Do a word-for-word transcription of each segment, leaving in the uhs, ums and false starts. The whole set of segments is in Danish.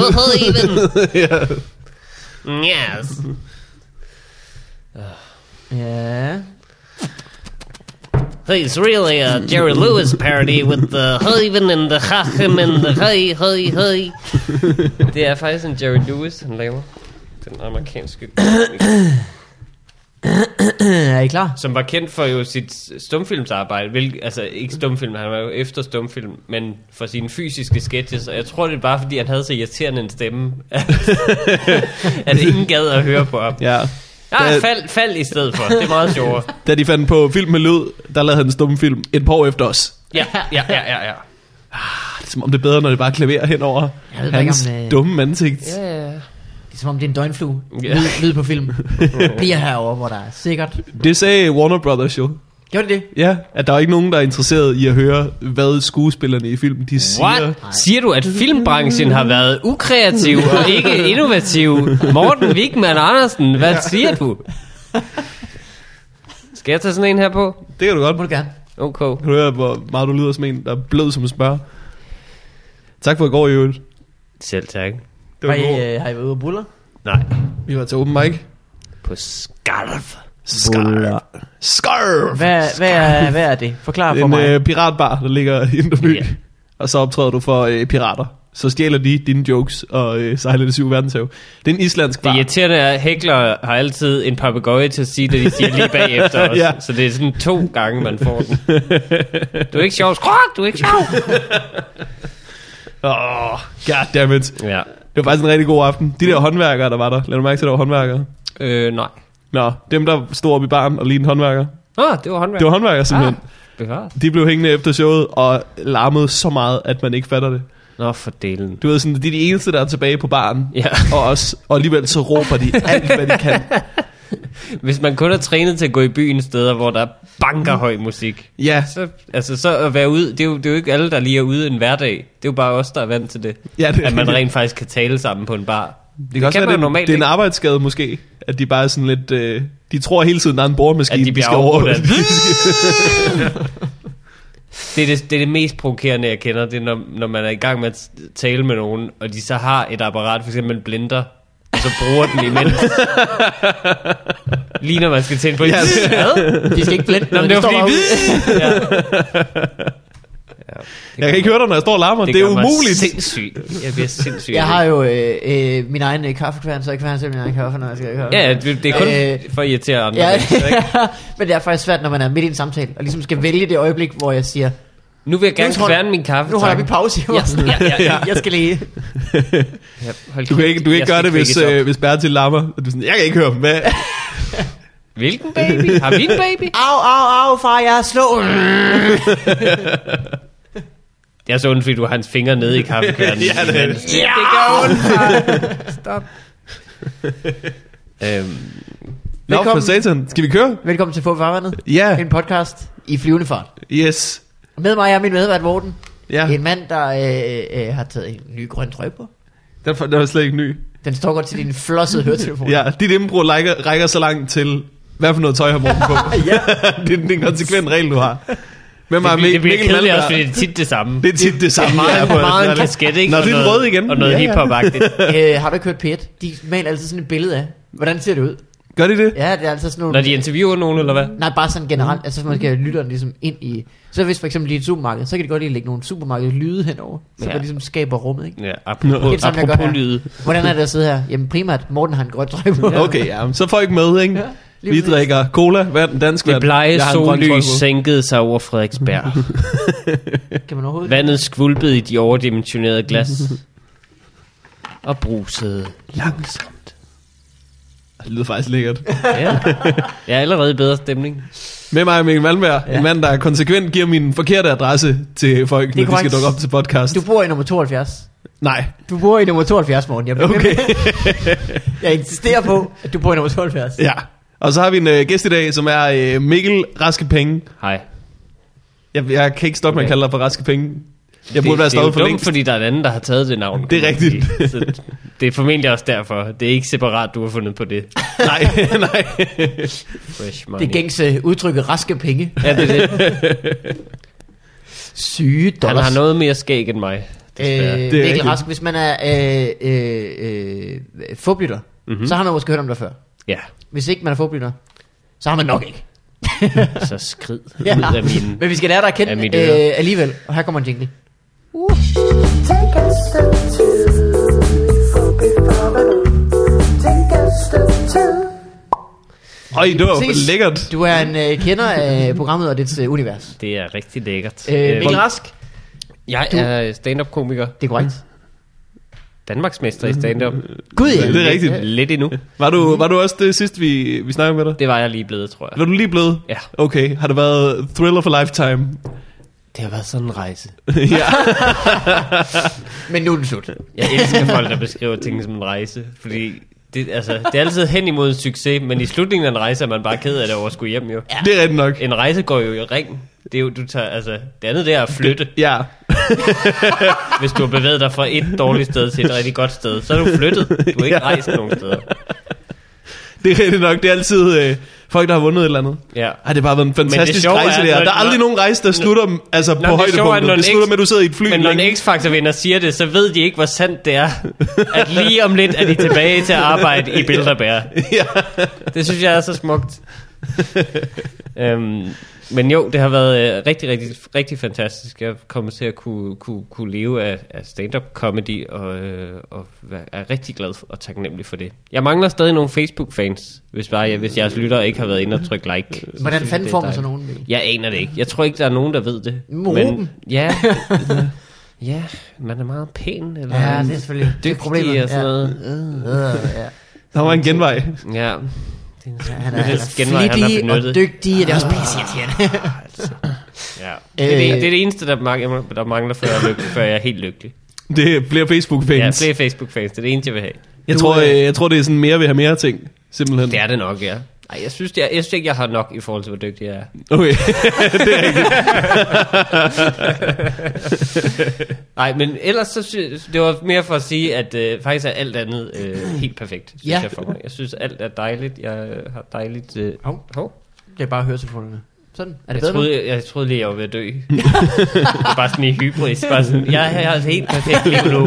Even. Yes. Ja. It's really a Jerry Lewis parody with the Haven and the Hachem and the hey, hey, hey. Det er faktisk en Jerry Lewis, han laver. Den amerikanske Er I klar? som var kendt for jo sit stumfilmsarbejde, hvilket, altså ikke stumfilm, han var jo efter stumfilm, men for sine fysiske sketches, og jeg tror det er bare fordi han havde så irriterende en stemme, at ingen gad at høre på ham. Ja. Nej, fald, fald i stedet for. Det er meget sjovere. Da de fandt på film med lyd, der lavede han en stumfilm et par år efter os. Ja, ja, ja, ja, ja. Ah, det er som om det er bedre, når det bare klaverer henover hans om, øh... dumme ansigt. Ja, ja. Det er som om det er en døgnflue. Ja. Lyd, lyd på film. Bliver herovre, hvor der er sikkert. Det sagde Warner Brothers jo. Gjorde det det? Ja, at der er ikke nogen, der er interesseret i at høre, hvad skuespillerne i filmen de siger. What? Siger du, at filmbranchen har været ukreativ og ikke innovativ? Morten Wigman Andersen, hvad siger du? Skal jeg tage sådan en her på? Det kan du godt. Må du gerne. Okay. Kan du høre, hvor meget du lyder som en, der er blød som en spørg? Tak for i går, i øvrigt. Selv tak. Det var Har I, god. øh, har I været ude og buller? Nej. Vi var til open mic. På skarf. Skarf. Skarf. Hvad, hvad, er, hvad er det? Forklar for En mig. øh, piratbar, der ligger i Indre By. Ja. Og så optræder du for øh, pirater. Så stjæler de dine jokes og øh, sejler det syv verdenshav. Det er en islandsk bar. Det irriterende er, at hækler har altid en papegøje til at sige det, de siger lige bagefter os. Ja. Så det er sådan to gange, man får den. Du er ikke sjov. Skrok, du er ikke sjov. Åh, oh, goddammit. Ja. Det var faktisk en rigtig god aften. De der håndværkere, der var der. Lad du mærke til, at der var håndværkere? Øh, nej. Nå, dem der stod oppe i baren og lignede håndværkere. Ah, det var håndværk. Det var håndværkere simpelthen. Ah, bevaret. De blev hængende efter showet og larmede så meget, at man ikke fatter det. Nå, for delen. Du ved sådan, de er de eneste, der er tilbage på baren. Ja. Og, også, og alligevel så råber de alt, hvad de kan. Hvis man kun er trænet til at gå i byen steder, hvor der er bankerhøj musik, Ja, så, altså, så at være ude, det er, jo, det er jo ikke alle, der lige er ude en hverdag. Det er jo bare os, der er vant til det. ja det, At man rent faktisk kan tale sammen på en bar. det kan også kan være, man det, normalt det er en ikke. arbejdsskade måske. At de bare er sådan lidt... Øh, de tror hele tiden, der er en boremaskine, At de bliver skal over. afbrudt Det er det, det er det mest provokerende, jeg kender. Det er, når, når man er i gang med at tale med nogen, og de så har et apparat, for eksempel en blender, og så bruger den imens. Lige når man skal tænde på. Ja, De skal ikke blende. Nå, men det var fordi... Ja. Ja, Jeg kan ikke høre dig, når jeg står og larmer. Det, det er gør mig umuligt. Sindssygt. Jeg bliver sindssygt. Jeg har jo øh, øh, min egen øh, kaffekværn, så jeg kan selv min egen kaffe, når jeg skal kaffe. Ja, det, det er kun Øh, for at irritere andre. Ja, mennesker, ikke? men det er faktisk svært, når man er midt i en samtale, og ligesom skal vælge det øjeblik, hvor jeg siger, Nu vil jeg gerne Nu tror- kværne min kaffe. nu holder tak. vi pause. Ja, ja, ja, ja. Jeg skal lige. Ja, hold Du kan ikke, du kan Jeg ikke skal gøre det, hvis, kvikkes op. øh, hvis Bertil larmer. Og du er sådan, jeg kan ikke høre dem. Hvad? Hvilken baby? Har vi en baby? Au, au, au, far, jeg er slå. Jeg er så ondt, fordi du har hans fingre nede i kaffekværnen. Ja, det er det. Det, det gør ondt, far. Stop. øhm, Nå, for satan. Skal vi køre? Velkommen til Få Farvandet. Ja, En podcast i flyvende fart. yes. Med mig er min medvært Morten. Ja, En mand, der øh, øh, har taget en ny grøn trøje på. den, den var slet ikke ny. Den står godt til din flossede høretelefon. Ja, dit impro rækker, rækker så langt til, hvad for noget tøj har Morten på. Ja. det, er, det er en konsekvent regel, du har. Hvem det, har bliver- det bliver Mikkel kedeligt også, Malmberg? fordi det er tit det samme. Det er tit det samme. Meget, ja, på- meget en ja, kasket, ikke? Nå, Og det er den noget- røde igen. Og noget Ja, ja. hiphop-agtigt. øh, har du ikke hørt P et? De maler altid sådan et billede af. Hvordan ser det ud? Gør de det? Ja, det er altså sådan nogle... Når de interviewer nogen, eller hvad? Nej, bare sådan generelt. Altså, så man skal lytteren ligesom ind i... Så hvis for eksempel lige et supermarked, så kan de godt lige lægge nogle supermarked lyde henover. Så Ja. man ligesom skaber rummet, ikke? Ja, Det er apropos, det samme, jeg gør apropos her. lyde. Hvordan er det at sidde her? Jamen primært, Morten har en grøn trøje på. Okay, ja, så får I ikke med, ikke? Ja, lige Vi præcis. drikker cola, vand, dansk vand. Det blege Jeg har en grøn trøje sollys på. sænkede sig over Frederiksberg. Kan man overhovedet... Vandet skvulpede i de overdimensionerede glas. Og brusede langsomt. Det lyder faktisk lækkert. Ja. Jeg er allerede i bedre stemning. Med mig er Mikkel Malmberg, Ja. en mand, der konsekvent giver min forkerte adresse til folk, når de korrekt. skal dukke op til podcast. Du bor i nummer tooghalvfjerds. Nej, Du bor i nummer tooghalvfjerds, Morten. Jeg, bliver okay. ved- jeg insisterer på, at du bor i nummer tooghalvfjerds. Ja. Og så har vi en øh, gæst i dag, som er øh, Mikkel Raske Penge. Hej. Jeg, jeg kan ikke stoppe med at Okay. kalde dig for Raske Penge. Jeg Det, burde være det er jo stoppet for dumt, længst. fordi der er en anden, der har taget det navn. Det er kan man rigtigt. sige. Så det er formentlig også derfor. Det er ikke separat, du har fundet på det. Nej, nej. Fresh money. Det gængse udtrykket raske penge. Ja, det er det. Syge Han dollars. har noget mere skæg end mig. desværre. Øh, er Mikkel rigtigt. Rask, hvis man er øh, øh, øh, fublytter, mm-hmm. så har man måske hørt om det før. Ja, Hvis ikke man er fublytter, så har man nok ikke. så skrid Ja. ud af min... Men vi skal lære dig at Af kende mit øh, øre. alligevel. Og her kommer en jingle. Uh. Take a step two before before Take a step two. Øj, det var Præcis. lækkert. Du er en øh, kender af programmet og dets øh, univers. Det er rigtig lækkert. Øh, Øh, Mikkel Rask, jeg du- er stand-up-komiker. det er korrekt. Danmarksmester i stand-up. Gud ja. Det er rigtigt. Lidt endnu. Var du, var du også det sidste, vi, vi snakkede med dig? Det var jeg lige blevet, tror jeg. Var du lige blevet? Ja. Okay, har det været Thriller for Lifetime? Det har været sådan en rejse. Ja. Men nu er det slut. Jeg elsker folk, der beskriver ting som en rejse. Fordi det, altså, det er altid hen imod en succes, men i slutningen af en rejse er man bare ked af det over at skulle hjem jo. Ja. Det er rigtigt nok. En rejse går jo i ring. Det er jo, du tager, altså, det andet der er at flytte. Ja. Hvis du har bevæget dig fra et dårligt sted til et rigtig godt sted, så er du flyttet. Du har ikke Ja. rejst nogen steder. Det er rigtigt nok. Det er altid øh, folk, der har vundet et eller andet. Ja. Ej, det har bare været en fantastisk sjove rejse er, der. når- Der er aldrig når- nogen rejse, der slutter altså, på det sjove er, højdepunktet. når Det en slutter X- med, at du sidder i et fly. Men når længe. en X-Factor-vinder siger det, så ved de ikke, hvor sandt det er, at lige om lidt er de tilbage til at arbejde i Bilderberg. Ja. Det synes jeg er så smukt. øhm, men jo, det har været øh, rigtig, rigtig, rigtig fantastisk. Jeg kommer til at kunne, kunne, kunne leve af, af stand-up comedy, og, øh, og er rigtig glad for, og taknemmelig for det. Jeg mangler stadig nogle Facebook-fans, hvis, bare, hvis jeres lyttere ikke har været inde og trykke like. Så Hvordan synes jeg, fanden det er får man dejligt. så nogen? Mikkel? Jeg aner det ikke. Jeg tror ikke, der er nogen, der ved det. Ruben? Ja, ja, man er meget pæn. Eller Ja, det er selvfølgelig det er dygtig problemet. og sådan noget. Øh, ja. Der var en genvej. Ja, Ja, han er, Det er han genvej, er han har flittig benyttet. og dygtig, og det er også pisse irriterende. ja. Det, er det, Øh. det er det eneste, der mangler, der mangler før, jeg er lykkelig, før jeg er helt lykkelig. Det er flere Facebook-fans. Ja, flere Facebook-fans, det er det eneste, jeg vil have. Jeg, Du, tror, øh, øh, jeg tror, det er sådan mere vil have mere ting. Simpelthen. Det er det nok, ja. Ej, jeg synes, jeg, jeg synes ikke, jeg har nok i forhold til, hvor dygtig jeg er. Okay, det er rigtigt. Nej, men ellers så synes, det var mere for at sige, at øh, faktisk er alt andet øh, helt perfekt, synes Ja. jeg for mig. Jeg synes, alt er dejligt. Jeg har dejligt... Øh, Hov. hov. Det er bare høretelefonerne. Sådan, er det Jeg bedre nu? troede, jeg, jeg troede lige, jeg var ved at dø. Det var bare sådan i hybris. Bare sådan, jeg, jeg har et helt perfekt liv nu.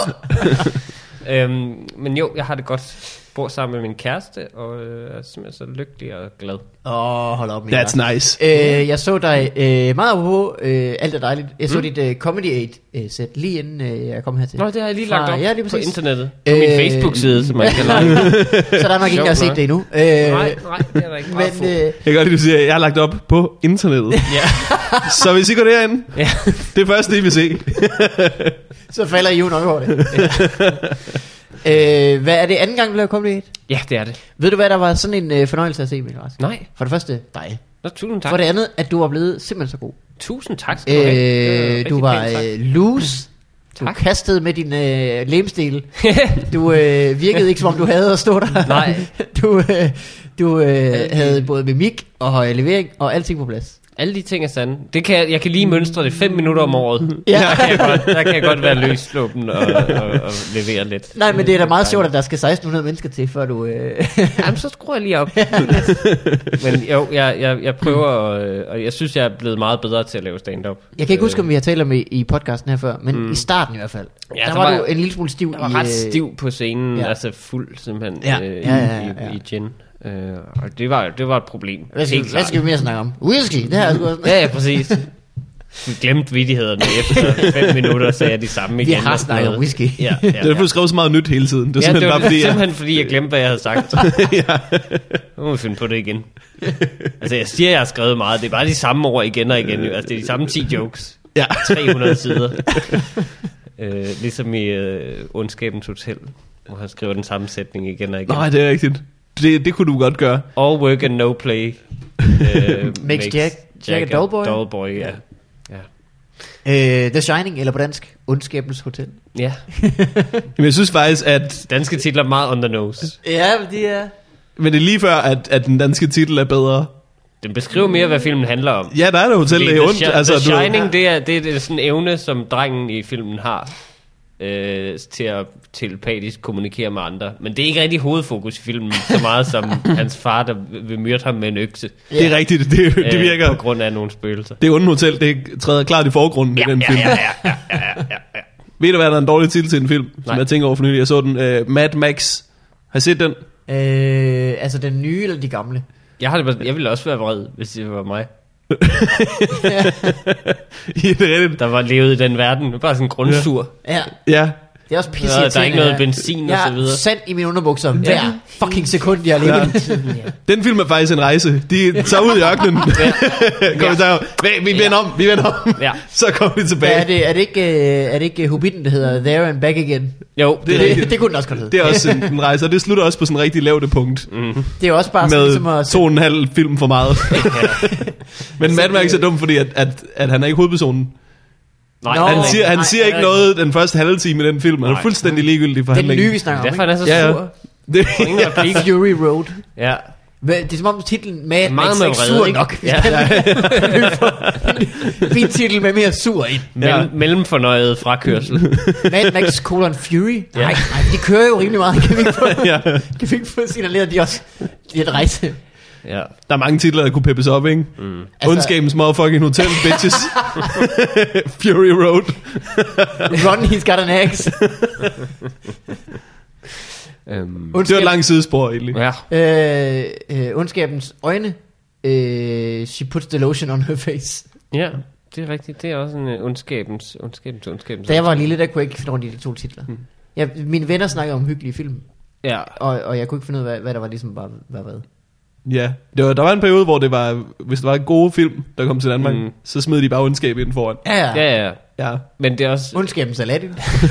øhm, men jo, jeg har det godt. Bor sammen med min kæreste, og øh, er simpelthen så lykkelig og glad. Åh, oh, hold op, Mikkel. That's nice. Øh, jeg så dig øh, meget på øh, alt er dejligt. Jeg så mm. dit øh, Comedy aid øh, sæt lige inden øh, jeg kom hertil. Nå, det har jeg lige Fra- lagt op ja, lige på præcis. internettet. På min Øh, Facebook-side, som man kan like. Så der er nok ingen, der har Sjovt set nok. det endnu. Øh, Nej, nej, det er der ikke. Meget men få. øh, Jeg kan godt lide, at du siger, at jeg har lagt op på internettet. Ja. Så hvis I går derinde, Ja. det er første, I vil se. så falder I jo nok over det. øh, hvad er det anden gang, du laver Comedy aid? ja, det er det. Ved du, hvad der var sådan en øh, fornøjelse at se, Mikkel Rask? Nej, For det første, dig. Nå, tusind tak. For det andet, at du var blevet simpelthen så god. Tusind tak skal du have. Det var Øh, rigtig du var pænt sagt. øh, loose. Du Tak. kastede med din øh, lemstil. Du øh, virkede ikke, som om du havde at stå der. Nej. Du, øh, du øh, havde både mimik og høj levering og alting på plads. Alle de ting er sande. Det kan jeg, jeg kan lige mønstre det fem minutter om året. Ja. Der, kan jeg godt, der kan jeg godt være løsslåben og, og, og levere lidt. Nej, men det er da meget sjovt, at der skal seksten hundrede mennesker til, før du... Øh... Jamen, så skruer jeg lige op. Men jo, jeg, jeg, jeg prøver, og, og jeg synes, jeg er blevet meget bedre til at lave stand-up. Jeg kan ikke huske, om vi har talt om i, i podcasten her før, men mm. i starten i hvert fald. Ja, der, der var, var- du en lille smule stiv Jeg var i... ret øh, stiv på scenen, ja. ja. altså fuld simpelthen Ja. øh, Ja, ja, ja, i, ja. i, i gin. Øh, og det var, det var et problem. Hvad skal, Helt hvad klart. skal vi mere snakke om? Whisky, det her er sgu også... Ja, ja, præcis. Vi glemte vittighederne efter fem minutter, sagde jeg de samme igen. Vi har og sådan snakket om noget. whisky. Ja, ja, Det er ja. derfor, du skrev så meget nyt hele tiden. Det er Ja, simpelthen det var bare fordi, jeg... simpelthen fordi, jeg glemte, hvad jeg havde sagt. ja. Nu må vi finde på det igen. Altså, jeg siger, jeg har skrevet meget. Det er bare de samme ord igen og igen. Jo. Altså, det er de samme ti jokes. Ja. tre hundrede sider. øh, ligesom i øh, Ondskabens Hotel, hvor han skriver den samme sætning igen og igen. Nej, det er rigtigt. Det, det kunne du godt gøre. All work and no play. Øh, Makes Jack- Jack a dull boy? Dull boy, ja. Ja. Øh, The Shining, eller på dansk, Ondskabens Hotel. ja. Men jeg synes faktisk, at... Danske titler meget on the nose. Ja, det er... Men det er lige før, at, at den danske titel er bedre. Den beskriver mere, hvad filmen handler om. Ja, der er det hotel, Fordi det er The ondt. Shi- Altså, The du, Shining, det er, det, er, det er sådan en evne, som drengen i filmen har øh, til at telepatisk kommunikere med andre. Men det er ikke rigtig hovedfokus i filmen, så meget som hans far, der vil myrde ham med en økse. det er rigtigt, det, det øh, virker... På grund af nogle spøgelser. Det onde hotel, det træder klart i forgrunden i den ja, film. ja, ja, ja, ja, ja, ja. Ved du hvad, der er en dårlig titel til en film, som Nej. jeg tænker over for nylig? Jeg så den, uh, Mad Max. Har I set den? Øh, altså den nye eller de gamle? Jeg, har det bare, jeg ville også være vred, hvis det var mig, I det rigtigt? der var levet i den verden. Bare sådan grundsur. Ja, Ja. det er også pisse Ja, der er ikke noget benzin og så videre. Jeg er sand i mine underbukser hver fucking sekund, jeg lever Ja. i den tid. Ja. Den film er faktisk en rejse. De tager ud i ørkenen. Kommer så, vi vender om, vi vender om. Ja. Så kommer de Hvad tilbage. er det, er det ikke, øh, er det ikke Hobbiten, der hedder There and Back Again? Jo, Det er Det, rigtigt. det, det kunne den også godt hedde. Det er også en, en rejse, og det slutter også på sådan en rigtig lavt punkt. Mm. Det er også bare sådan ligesom Med at... to og en halv film for meget. Men Mad Max er dum, fordi at, at, at han er ikke hovedpersonen. Nej, Nå. Han siger, han nej, siger nej, ikke nej. noget den første halve time i den film. Han er Nej. fuldstændig ligegyldig for Den handlingen. nye, vi snakker om, derfor ikke? han er så Ja, ja. sur. Det, Ingen replik. Fury Road. Ja. Hvad- Det er som om titlen Mad Meget Max med er ikke vrede, sur ikke? nok. Ja. Fin titel med mere sur ind. Mellem, Ja. Mellemfornøjet frakørsel. Mad Max colon Fury. Ja. Nej, nej, de kører jo rimelig meget. Kan vi ikke få, ja. kan vi ikke få signaleret, at de også de er et rejse? Ja. Der er mange titler, der kunne peppes op, ikke? Mm. Altså- Ondskabens motherfucking hotel, bitches. Fury Road. Run, he's got an axe. Øhm. Det var et langt sidespor, egentlig. Ja. Øh, øh, ondskabens øjne. Øh, she puts the lotion on her face. Ja, det er rigtigt. Det er også en uh, ondskabens, ondskabens, ondskabens. Da jeg var lille, der kunne jeg ikke finde rundt i de to titler. Hmm. Jeg, mine venner snakkede om hyggelige film, Ja. og, og jeg kunne ikke finde ud af, hvad, hvad der var ligesom bare hvad hvad. Ja, det var, der var en periode, hvor det var, hvis der var en god film, der kom til Danmark, Mm. mm. så smed de bare ondskab ind foran. Ja, ja. Ja, ja. Ja. Men det er også... Ondskabens Aladdin.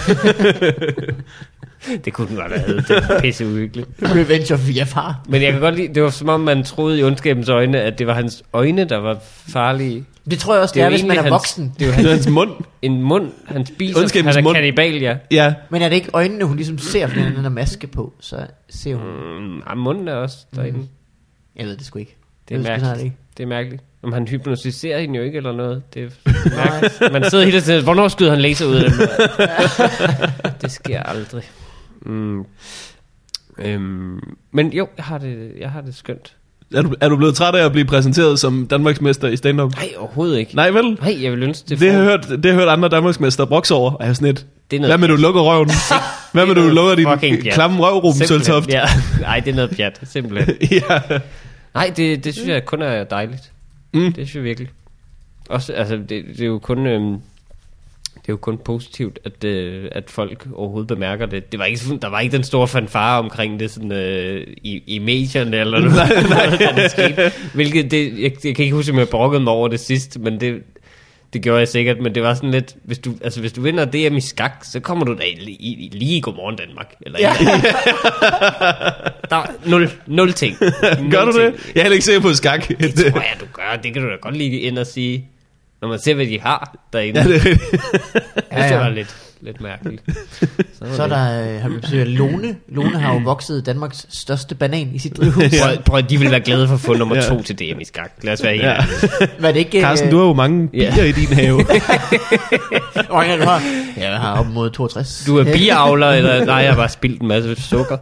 Det kunne den godt have heddet. Det er pisse uhyggeligt. Revenge of Jafar. Men jeg kan godt lide... Det var som om, man troede i ondskabens øjne, at det var hans øjne, der var farlige. Det tror jeg også, det, er er, jo hvis man er egentlig voksen. Det er jo Det er hans, hans mund. en mund, han spiser. Ondskabens Han er mund. kannibal, ja. Ja. Men er det ikke øjnene, hun ligesom ser, fordi han har maske på, så ser hun... Mm, ah, munden er også derinde. Mm. Jeg ved det sgu ikke. Det er Jeg ved sgu snart mærkeligt. ikke. Det er mærkeligt. Om han hypnotiserer hende jo ikke eller noget. Det er mærkeligt. Man sidder hele tiden, hvornår skyder han laser ud af dem? Det sker aldrig. Mm. Øhm, men jo, jeg har det, jeg har det skønt. Er du, er du blevet træt af at blive præsenteret som Danmarksmester i stand-up? Nej, overhovedet ikke. Nej, vel? Nej, jeg vil ønske det. Det har for- jeg hørt, det har jeg hørt andre Danmarksmester brokse over. Og jeg er sådan lidt, Det er noget hvad med du lukker røven? Hvad med Det er du noget lukker fucking din pjat. klamme røv, Ruben Simpelthen, Søltoft? Ja. Nej, det er noget pjat, simpelthen. Ja. Nej, det, det synes jeg kun er dejligt. Mm. Det synes jeg virkelig. Også, altså, det, det er jo kun... Øhm, det er jo kun positivt, at, øh, at folk overhovedet bemærker det. Det var ikke sådan, der var ikke den store fanfare omkring det sådan, øh, i, i medierne eller noget, nej, nej. Der det skete. Hvilket det, jeg, jeg kan ikke huske, om jeg brokkede mig over det sidst, men det, det gjorde jeg sikkert. Men det var sådan lidt, hvis du, altså, hvis du vinder D M i skak, så kommer du da i, i, i, lige i Godmorgen Danmark. Eller ja. Der er nul, nul ting. Nul Gør du ting. det? Jeg er heller ikke sikker på skak. Det tror jeg, du gør. Det kan du da godt lige ind og sige, når man ser, hvad de har derinde. Ja, det er rigtigt. Ja, ja. Ja, Det ja. var lidt, lidt mærkeligt. Så, Så er der, øh, har vi besøgt Lone. Lone har jo vokset Danmarks største banan i sit drivhus. Prøv, prøv, de ville være glade for at få nummer Ja. to til D M i skak. Lad os være helt Ja. ærlige. Var det ikke... Carsten, du har jo mange bier Ja. i din have. Hvor mange du har? Ja, jeg har op mod toogtres. Du er biavler, eller nej, jeg har bare spildt en masse sukker.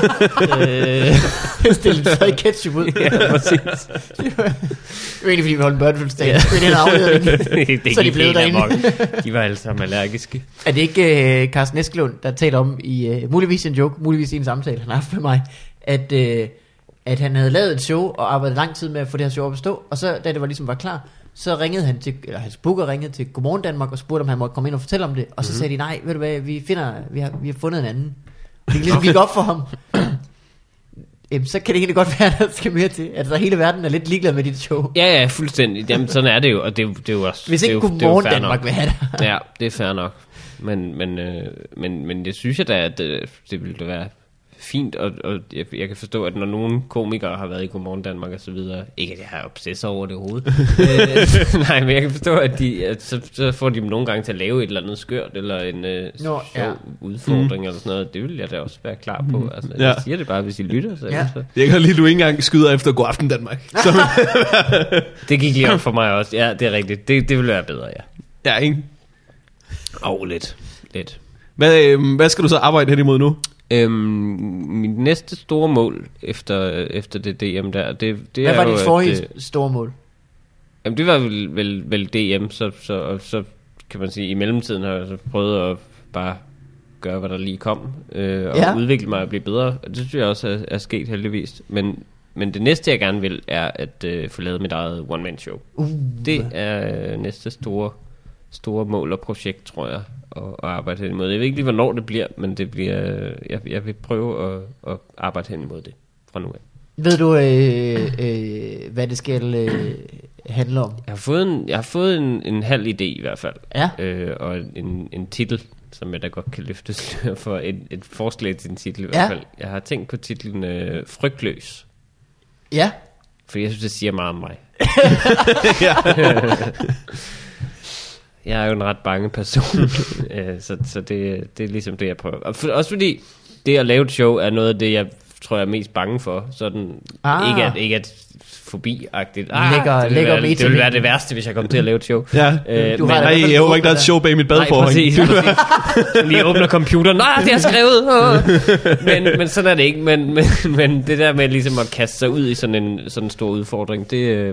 øh, Stillet tredje ketchup ud. ja, præcis. Det var jo egentlig, fordi vi holdt en børnefødselsdag. Ja. Ja. Det er den afledning. det Så er de gik blevet helt derinde. amok. De var alle sammen allergiske. Er det ikke uh, Carsten Eskelund, der taler om i uh, muligvis en joke, muligvis i en samtale, han har haft med mig, at, uh, at han havde lavet et show og arbejdet lang tid med at få det her show op at stå, og så da det var ligesom var klar, så ringede han til, eller hans booker ringede til Godmorgen Danmark og spurgte, om han måtte komme ind og fortælle om det, og så mm-hmm. sagde de, nej, ved du hvad, vi finder, vi har, vi har fundet en anden. Det kan ligesom gik op for ham. Jamen, så kan det egentlig godt være, at der skal mere til. Altså, hele verden er lidt ligeglad med dit show. Ja, ja, fuldstændig. Jamen, sådan er det jo, og det er jo, det er jo også... Hvis det er ikke jo, det er jo Godmorgen fair Danmark nok. vil have det. Ja, det er fair nok. Men, men, øh, men, men jeg synes jeg da, at det, det ville da være fint, og, og jeg, jeg kan forstå, at når nogle komikere har været i Godmorgen Danmark og så videre, ikke at jeg har obsesser over det overhovedet, øh, nej, men jeg kan forstå, at, de, at så, så får de dem nogle gange til at lave et eller andet skørt, eller en øh, Nå, sjov ja. udfordring, mm. eller sådan noget. Det vil jeg da også være klar på. Altså, Ja. jeg siger det bare, hvis I lytter. Så, Ja. så. Jeg kan lige, du ikke engang skyder efter God Aften Danmark. Så, Det gik lige op for mig også. Ja, det er rigtigt. Det, det ville være bedre, ja. ja, ikke? Og oh, lidt. Lidt. Hvad, øh, hvad skal du så arbejde hen imod nu? Øhm, mit næste store mål efter, efter det D M der, det, det Hvad er var jo, dit forrige at, øh, store mål? jamen det var vel, vel, vel D M, så, så, og så kan man sige, i mellemtiden har jeg så prøvet at bare gøre, hvad der lige kom, øh, og Ja. udvikle mig og blive bedre. Og det synes jeg også er, er sket heldigvis. Men, men det næste, jeg gerne vil, er at øh, få lavet mit eget one-man-show. Uh, Det er øh, næste store, store mål og projekt, tror jeg, at, at arbejde hen imod. Jeg ved ikke lige, hvornår det bliver, men det bliver, øh, jeg, jeg vil prøve at, at arbejde hen imod det fra nu af. Ved du, øh, øh, hvad det skal øh, handle om? Jeg har fået en, jeg har fået en, en halv idé i hvert fald, Ja. øh, og en, en titel, som jeg da godt kan løfte slør for, et, et forslag til en titel i Ja. hvert fald. Jeg har tænkt på titlen øh, Frygtløs, Ja. for jeg synes, det siger meget om mig. Ja. Jeg er jo en ret bange person, øh, så, så det, det er ligesom det, jeg prøver. Og for, også fordi det at lave et show er noget af det, jeg tror, jeg er mest bange for. Sådan, Ah. ikke at, ikke at fobi-agtigt. Ah, Lækker- det, vil lækker være, det vil metamin. være det værste, hvis jeg kom til at lave et show. Ja. Øh, Du men, har da- Nej, i hvert fald jeg håber ikke, der er et åbnet show bag mit nej, badforhæng. præcis, præcis. Lige åbner computeren. Nej, det har jeg skrevet. Åh. Men, men sådan er det ikke. Men, men, men det der med ligesom at kaste sig ud i sådan en, sådan en stor udfordring, det... øh,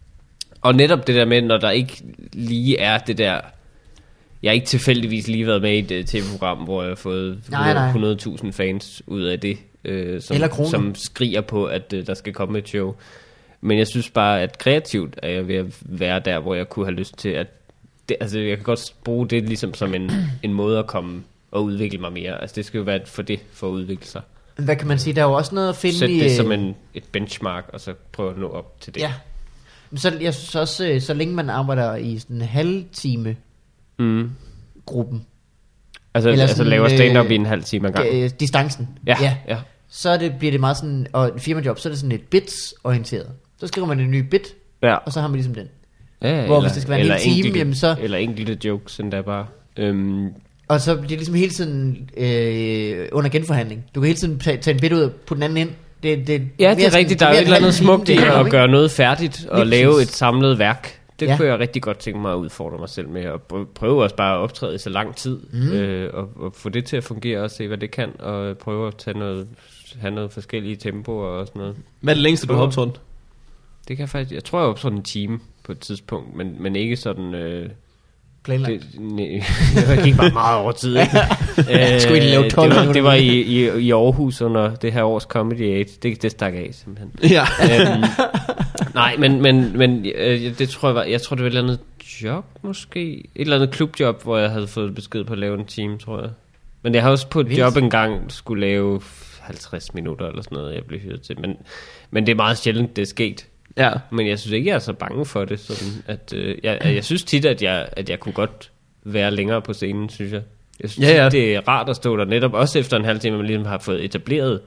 Og netop det der med, når der ikke lige er det der... Jeg har ikke tilfældigvis lige været med i et tv-program, hvor jeg har fået Nej, nej. hundrede tusind fans ud af det, øh, som, Eller kroner. som skriger på, at øh, der skal komme et show. Men jeg synes bare, at kreativt er jeg ved at være der, hvor jeg kunne have lyst til at... Det, altså, jeg kan godt bruge det ligesom som en, en måde at komme og udvikle mig mere. Altså, det skal jo være for det, for at udvikle sig. Hvad kan man sige? Der er jo også noget at finde Sæt i... det øh, som en, et benchmark, og så prøve at nå op til det. Ja. Men så, jeg synes også, øh, så længe man arbejder i sådan en halvtime Mm. gruppen, Altså, Eller altså sådan, laver stand-up øh, i en halv time ad gangen. øh, distancen, Ja, ja. ja. så er det, bliver det meget sådan, og et firmajob, så er det sådan et bits-orienteret. Så skriver man en ny bit, ja. og så har man ligesom den. Ja, Hvor hvis det skal være en hel time, enkelte, jamen så- Eller enkelte jokes, endda bare. Øhm, Og så bliver det ligesom hele tiden øh, under genforhandling. Du kan hele tiden tage, tage en bit ud og putte den anden ind. Det, det, ja, det er rigtigt. Der er jo et eller andet smukt i at gøre. gøre noget færdigt og Lige lave præcis. et samlet værk. Det Ja. kunne jeg rigtig godt tænke mig at udfordre mig selv med. Og pr- prøve også bare at optræde i så lang tid. Mm. Øh, og, og få det til at fungere og se, hvad det kan. Og prøve at tage noget, have noget forskellige tempoer og sådan noget. Hvad er det længste, du har optrådt? Det kan jeg faktisk... Jeg tror, jeg var sådan en time på et tidspunkt. Men, men ikke sådan... Øh, Planlagt. Det, nej, det gik bare meget over tid, ikke? øh, Skulle I lave tolv det var, minutter? det var i, i, i Aarhus under det her års Comedy Aid. Det, det stak af, simpelthen. Ja. øhm, nej, men, men, men øh, det tror jeg var... Jeg tror, det var et eller andet job, måske. Et eller andet klubjob, hvor jeg havde fået besked på at lave en time, tror jeg. Men jeg har også på et Vildt. job engang skulle lave halvtreds minutter eller sådan noget, jeg blev hyret til. Men, men det er meget sjældent, det er sket. Ja. Men jeg synes ikke, jeg er så bange for det. Sådan, at, øh, jeg, jeg synes tit, at jeg, at jeg kunne godt være længere på scenen, synes jeg. Jeg synes, Ja, ja. tit, det er rart at stå der netop, også efter en halv time, man ligesom har fået etableret,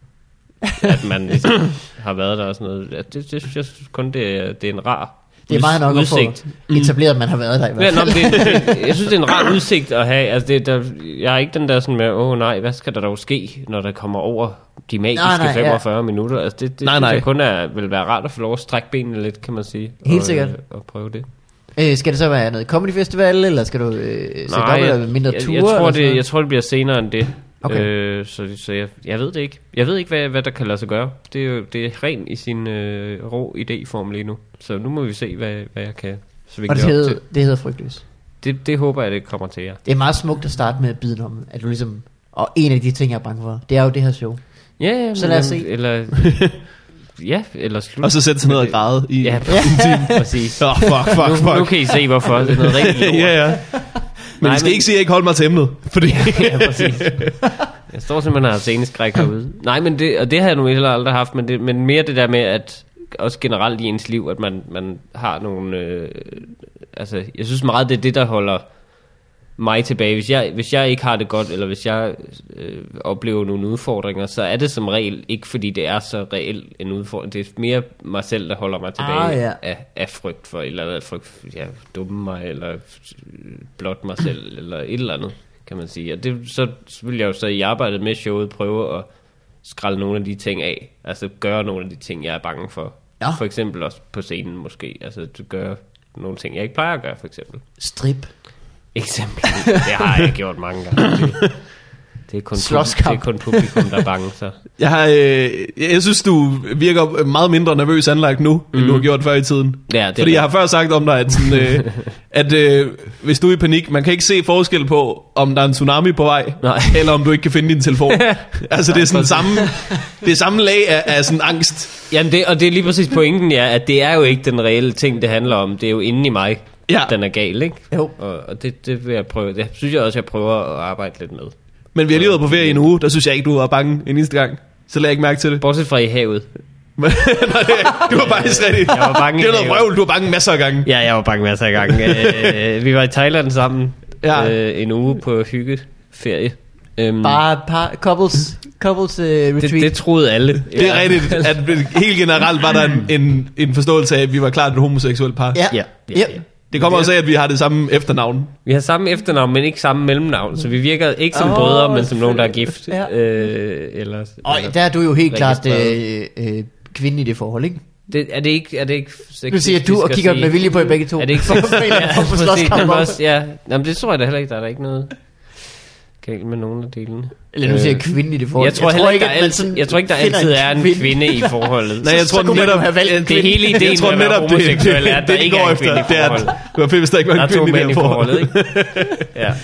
at man ligesom har været der og sådan noget. Ja, det, det synes jeg kun, det er, det er en rar Det er meget nok at få udsigt. etableret, at man har været der i Ja, hvert nå, fald. men det, det, jeg synes, det er en rar udsigt at have. Altså, det, der, jeg er ikke den der sådan med, åh nej, hvad skal der dog ske, når der kommer over de magiske Nej, nej, femogfyrre ja. minutter. Altså, det, det Nej, synes nej. jeg kun er, vil være rart at få lov at strække benene lidt, kan man sige. Helt og, sikkert. Øh, og prøve det. Øh, skal det så være noget comedy festival, eller skal du øh, sætte op, eller mindre jeg, ture? jeg, tror, eller sådan det, noget? jeg tror, det bliver senere end det. Okay. Øh, så så jeg, jeg ved det ikke. Jeg ved ikke, hvad, hvad der kan lade sig gøre. Det er jo det er ren i sin øh, rå idéform lige nu. Så nu må vi se, hvad, hvad jeg kan. Så vi Og kan det det, op hedder, til. det hedder Frygtløs. Det, det håber jeg, det kommer til jer. Det er meget smukt at starte med at bide om, at du ligesom... Og en af de ting, jeg er bange for, det er jo det her show. Ja, ja, Så men lad os jamen, se. Eller, ja, eller slut. Og så sætte sig ned og græde i... Ja, præcis. Åh, oh, fuck, fuck, fuck. Nu, nu kan I se, hvorfor. Det er noget rigtig lort. Ja, ja. Men Nej, I skal men- ikke sige, at jeg ikke holdt mig til emnet. Fordi... Ja, præcis. Jeg står simpelthen og har sceneskræk herude. Nej, men det, og det har jeg nu heller aldrig haft, men, det, men mere det der med, at også generelt i ens liv, at man, man har nogle... Øh, altså, jeg synes meget, det er det, der holder mig tilbage. Hvis jeg, hvis jeg ikke har det godt, eller hvis jeg øh, oplever nogle udfordringer, så er det som regel ikke, fordi det er så reelt en udfordring. Det er mere mig selv, der holder mig tilbage Ah, ja. af, af frygt for, eller andet frygt for, ja, dumme mig, eller øh, blot mig selv, eller et eller andet, kan man sige. Og det, så vil jeg jo så i arbejdet med showet prøve at skralde nogle af de ting af. Altså gøre nogle af de ting, jeg er bange for. Ja. For eksempel også på scenen måske. Altså du gør nogle ting, jeg ikke plejer at gøre, for eksempel. Strip. Eksempel. Det har jeg gjort mange gange. Det, Det er kun, Slåskamp. det er kun publikum, der er bange. Så. Jeg, har, øh, jeg synes, du virker meget mindre nervøs anlagt nu, end mm. du har gjort før i tiden. Ja, det Fordi jeg har før sagt om dig, at, sådan, øh, at øh, hvis du er i panik, man kan ikke se forskel på, om der er en tsunami på vej, Nej. eller om du ikke kan finde din telefon. Altså det er sådan samme, det er samme lag af, af sådan angst. Jamen det, og det er lige præcis pointen, ja, at det er jo ikke den reelle ting, det handler om. Det er jo inde i mig, Ja. den er gal, ikke? Jo. Og, og det, det vil jeg prøve. Det synes jeg også, jeg prøver at arbejde lidt med. Men vi har lige været på ferie i en uge, der synes jeg ikke, du var bange en eneste gang. Så lagde jeg ikke mærke til det. Bortset fra i havet. Men, nej, du var faktisk rigtig. Jeg var bange Det var i noget vrøvl, du var bange masser af gange. Ja, jeg var bange masser af gange. øh, vi var i Thailand sammen Ja. øh, en uge på hyggeferie. Um, Bare par couples, couples uh, retreat. det, det troede alle. Det er rigtigt, at helt generelt var der en, en, en forståelse af, at vi var klart et homoseksuelt par. Ja. Ja, ja, Ja. ja. Det kommer også af, at vi har det samme efternavn. Vi har samme efternavn, men ikke samme mellemnavn. Så vi virker ikke som Åh, oh, brødre, men som nogen, der er gift. Ja. Øh, eller, Og eller, der er du jo helt klart øh, registreret. øh, kvinde i det forhold, ikke? det, er det ikke, er det ikke Nu siger du og at kigger sige- med vilje på jer begge to. Er det ikke For at få en eller anden form for præcis, slåskamp men op. også, ja. Jamen, det tror jeg da heller ikke. Der er der ikke noget galt med nogen af delene. Eller nu siger jeg kvinde i det forhold. Jeg tror, heller ikke, der at man altid, sådan jeg tror ikke, der finder altid er en kvinde. kvinde i forholdet. Nej, jeg Så tror kunne man netop, jo have valgt en det kvinde. hele ideen jeg tror med at være netop, det, det, homoseksuel er, at der det, det ikke går er en efter, kvinde i det er, forholdet. at det var fedt, hvis der ikke var Der en er to kvinde i mænd det i her forhold. forholdet, ikke? Ja.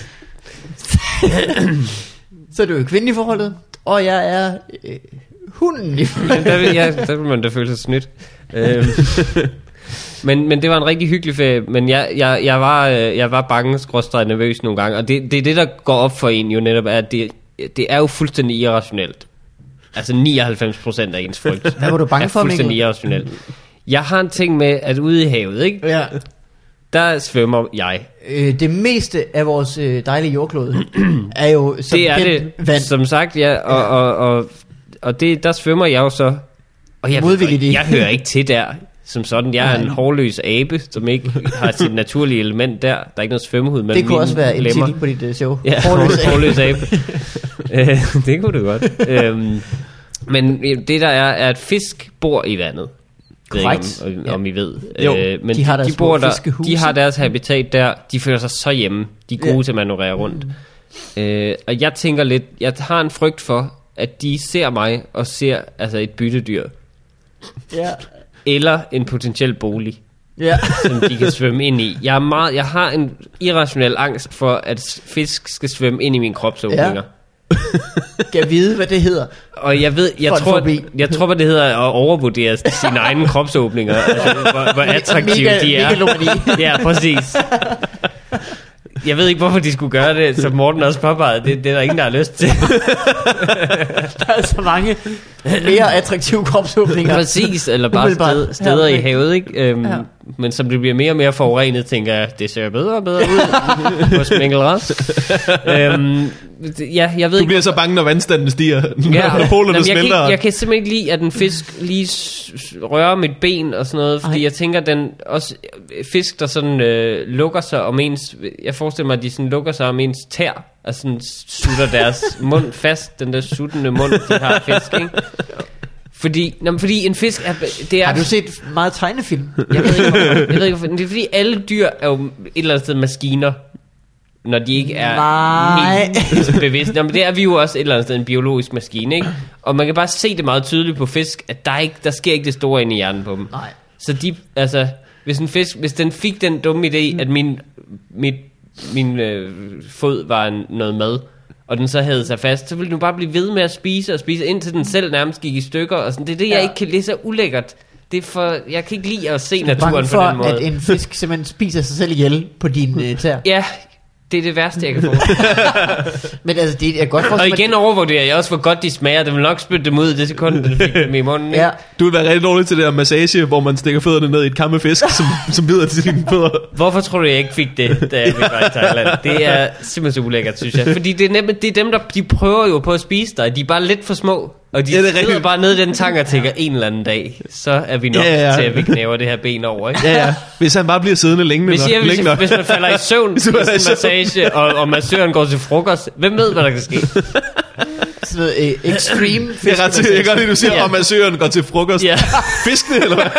Så er du jo kvinde i forholdet, og jeg er øh, hunden i forholdet. Men der vil, ja, der vil man da føle sig snydt. Øhm, men, men det var en rigtig hyggelig ferie. Men jeg, jeg, jeg, var, øh, jeg var bange, skråstreg nervøs nogle gange. Og det, det er det, der går op for en jo netop, er, at det, det er jo fuldstændig irrationelt. Altså nioghalvfems procent af ens frygt Hvad var du bange er for, fuldstændig Mikkel? irrationelt. Jeg har en ting med, at ude i havet, ikke? Ja. Der svømmer jeg. Øh, det meste af vores øh, dejlige jordklode er jo som Det er kendt det, vand. som sagt, ja. Og, og, og, og det, der svømmer jeg jo så. Og jeg, Modvilligt i. jeg hører ikke til der. Som sådan, jeg er en hårløs abe, som ikke har sit naturlige element der. Der er ikke noget svømmehud mellem Det kunne mine også være en lemmer. titel på dit uh, show. Ja, Hårløs abe. hårløs abe. Øh, det kunne det godt. Øhm, men det der er, er at fisk bor i vandet. Jeg ved Korrekt. ikke, om, om, Ja. om I ved. Jo, øh, men de har deres de, bor små der, fiskehuse. de har deres habitat der. De føler sig så hjemme. De er gode Ja. til at manøvrere rundt. Øh, og jeg tænker lidt, jeg har en frygt for, at de ser mig og ser altså et byttedyr. Ja. Eller en potentiel bolig, Ja. som de kan svømme ind i. Jeg, er meget, jeg har en irrationel angst for, at fisk skal svømme ind i mine kropsåbninger. Ja. Kan jeg vide, hvad det hedder? Og jeg ved, jeg For en tror, fobi. jeg tror, hvad det hedder at overvurdere sine egne kropsåbninger. Altså, hvor, hvor attraktive Mega- de er. megalomani. Ja, præcis. Jeg ved ikke, hvorfor de skulle gøre det, som Morten også påpegede. Det, det er der ingen, der har lyst til. Der er så mange mere attraktive kropsåbninger. Præcis, eller bare Umiddelbart. sted, steder Ja, i havet, ikke? Øhm, Ja. Men som det bliver mere og mere forurenet, tænker jeg, det ser bedre og bedre ud hos Mikkel Rask. øhm, ja, jeg ved Du ikke, bliver så bange, når vandstanden stiger, Ja, når polerne Jamen, jeg, kan smelter. ikke, jeg kan simpelthen ikke lide, at en fisk lige s- s- rører mit ben og sådan noget, fordi Ej. jeg tænker, den også fisk, der sådan øh, lukker sig om ens, jeg forestiller mig, at de sådan lukker sig om ens tær, og sådan sutter deres mund fast, den der suttende mund, de har fisk, ikke? Fordi, nå, men fordi en fisk er, det er... Har du set meget tegnefilm? Jeg ved ikke, hvorfor, jeg ved ikke hvorfor, men det er fordi alle dyr er jo et eller andet sted maskiner, når de ikke er Nej. helt bevidste. Nå, men det er vi jo også et eller andet sted en biologisk maskine, ikke? Og man kan bare se det meget tydeligt på fisk, at der, ikke, der sker ikke det store inde i hjernen på dem. Nej. Så de, altså, hvis en fisk, hvis den fik den dumme idé, at min, mit, min øh, fod var en, noget mad, og den så havde sig fast, så ville den bare blive ved med at spise og spise, indtil den selv nærmest gik i stykker. Og sådan. Det er det, jeg Ja. ikke kan lide så ulækkert. Det er for, jeg kan ikke lide at se Bange naturen for, på den måde. at en fisk simpelthen spiser sig selv ihjel på din uh, tær. Ja, det er det værste, jeg kan få. Men altså, det er godt for Og igen overvurderer jeg også, hvor godt de smager. Den vil nok spytte dem ud i det sekund, den fik dem i munden. Ikke? Ja. Du vil være rigtig dårlig til det der massage, hvor man stikker fødderne ned i et kam med fisk, som, som bider til dine fødder. Hvorfor tror du, jeg ikke fik det, da vi var i Thailand? Det er simpelthen så ulækkert, synes jeg. Fordi det er, nemt, det er dem, der de prøver jo på at spise dig. De er bare lidt for små. Og de Ja, ja, det er sidder rigtigt. bare nede i den tang og tænker, en eller anden dag, så er vi nok Ja, ja, ja. ja. til, at vi knæver det her ben over. Ikke? Ja, ja. Hvis han bare bliver siddende længe Hvis, nok. jeg, hvis, længe nok. hvis man falder i søvn Hvis i du falder sådan i en søvn. massage, og, og massøren går til frokost, hvem ved, hvad der kan ske? Sådan noget øh, extreme Det er ret til, jeg kan godt lide, du siger, Ja. om massøren går til frokost. Ja. Fiskene, eller hvad?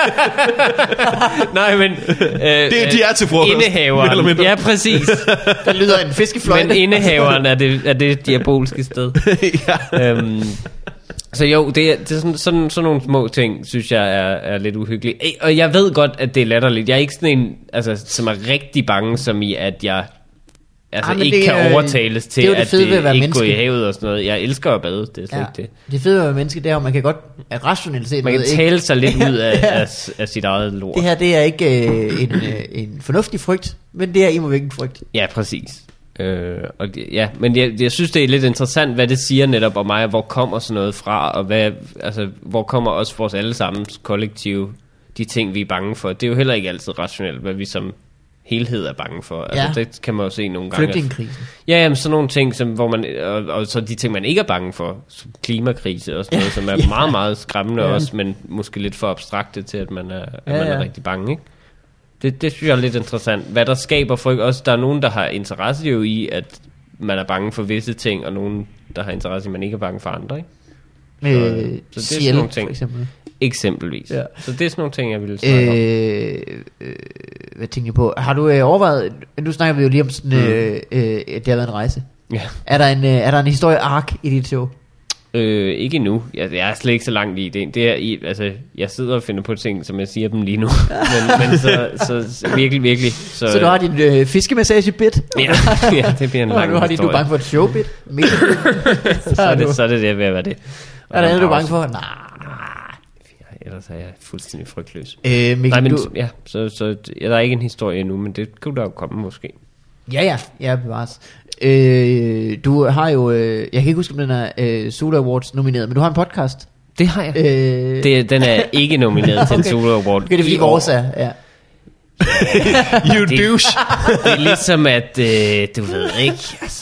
Nej, men... Øh, Det, de er til frokost. mere eller Indehaveren. mindre. Ja, præcis. Der lyder en fiskefløjte. Men indehaveren er det, er det diabolske sted. Ja. øhm, så jo, det er, det er sådan, sådan, sådan nogle små ting, synes jeg er, er lidt uhyggeligt. Ej, og jeg ved godt, at det er latterligt. Jeg er ikke sådan en, altså, som er rigtig bange, som i, at jeg altså, Ah, men ikke det kan er- overtales til, det er jo det at fede ved at det være ikke går i menneske. havet og sådan noget. Jeg elsker at bade, det er slet Ja. ikke det. Det fede ved at være menneske, det er, at man kan godt af rationalitet Man kan noget, tale sig lidt ud af, Ja. af, af sit eget lort. Det her, det er ikke øh, en, øh, en fornuftig frygt, men det er imod væk en frygt. Ja, præcis. Øh, og det, ja, men jeg, jeg synes det er lidt interessant, hvad det siger netop om mig, hvor kommer sådan noget fra, og hvad, altså, hvor kommer også vores allesammens kollektive, de ting vi er bange for. Det er jo heller ikke altid rationelt, hvad vi som helhed er bange for. Altså, Ja. det kan man jo se nogle gange. Flygtningekrisen. Ja, jamen, sådan nogle ting, som, hvor man, og, og så de ting, man ikke er bange for, som klimakrise og sådan noget, som er Ja. meget, meget skræmmende Ja. også, men måske lidt for abstrakte til, at man er, at Ja, man er ja. rigtig bange, ikke? Det, det synes jeg er lidt interessant. Hvad der skaber frygt. Også der er nogen, der har interesse jo i, at man er bange for visse ting, og nogen, der har interesse i, at man ikke er bange for andre, ikke? Øh, så det er sådan Ciel, nogle ting. for eksempel. Eksempelvis. Ja. Så det er sådan nogle ting, jeg ville snakke om. Øh, øh, hvad tænker jeg på? Har du øh, overvejet, nu snakker vi jo lige om sådan, øh, øh, det har været en rejse. Ja. Er der en, øh, er der en historie-ark i dit show? Øh, ikke endnu. Jeg, jeg er slet ikke så langt i det. det er i, altså, jeg sidder og finder på ting, som jeg siger dem lige nu. men men så, så, så virkelig, virkelig. Så, Så du har din øh, fiskemassage-bit? ja, ja, det bliver en Og lang du har din, du er historie. bange for et show-bit? så, så, er det, så er det det ved at være det. Og er der en andet, du er bange pause. for? Nej. Ja, ellers er jeg fuldstændig frygtløs. Øh, Mikkel, Nej, men du, ja, så, så ja, der er ikke en historie endnu, men det kunne der jo komme måske. ja, ja, ja, bevares. Øh, du har jo, øh, jeg kan ikke huske, om den er øh, Sula Awards nomineret, men du har en podcast. Det har jeg. Øh, Det, den er ikke nomineret til en Okay. Solo Award. okay, det er fordi i år. vores er, ja. You Det- douche. Det er ligesom at, øh, du ved ikke, altså,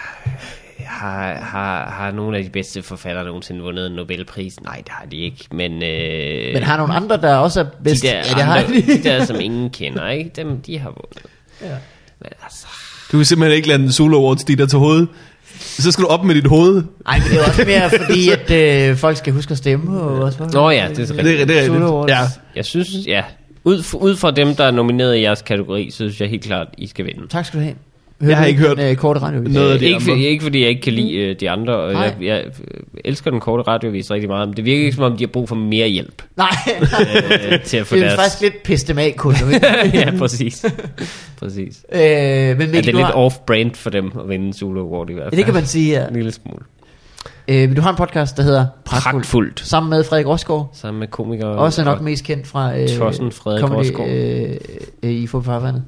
har, har, har nogle af de bedste forfattere nogensinde vundet en Nobelpris? Nej, det har de ikke, men... Øh, Men har nogle andre, der også er bedst? de der, ja, det har andre, de. de der, som ingen kender, ikke? Dem, de har vundet. Ja. Men altså... Du vil simpelthen ikke lade den Solo Awards de der til hovedet. Så skal du op med dit hoved. Ej, men det er også mere fordi, at øh, folk skal huske at stemme. Og også, Nå ja, det er rigtigt. Det, er- det er Solo rigtigt. Awards. Ja. Jeg synes, ja... Ud, f- ud fra dem, der er nomineret i jeres kategori, så synes jeg helt klart, I skal vinde. Tak skal du have. Jeg har ikke hørt den, øh, korte radiovis. noget af det. Ikke, for, andre. ikke fordi jeg ikke kan lide øh, de andre, og jeg, Nej. jeg elsker den korte radiovis rigtig meget, men det virker ikke som om, de har brug for mere hjælp Nej, øh, til at få det er deres... faktisk lidt pisse dem af kun. ja, præcis. præcis. øh, men Ja, Mikkel, det er du lidt har, off-brand for dem at vinde en Solo Award i hvert ja, fald. det kan man sige, ja. En lille smule. Øh, men du har en podcast, der hedder Pragtfuldt. Pragtfuldt. Sammen med Frederik Rosgaard. Sammen med komikere. Også nok og- mest kendt fra øh, Tossen Frederik comedy, Rosgaard. øh, øh, i Fodboldfarvandet.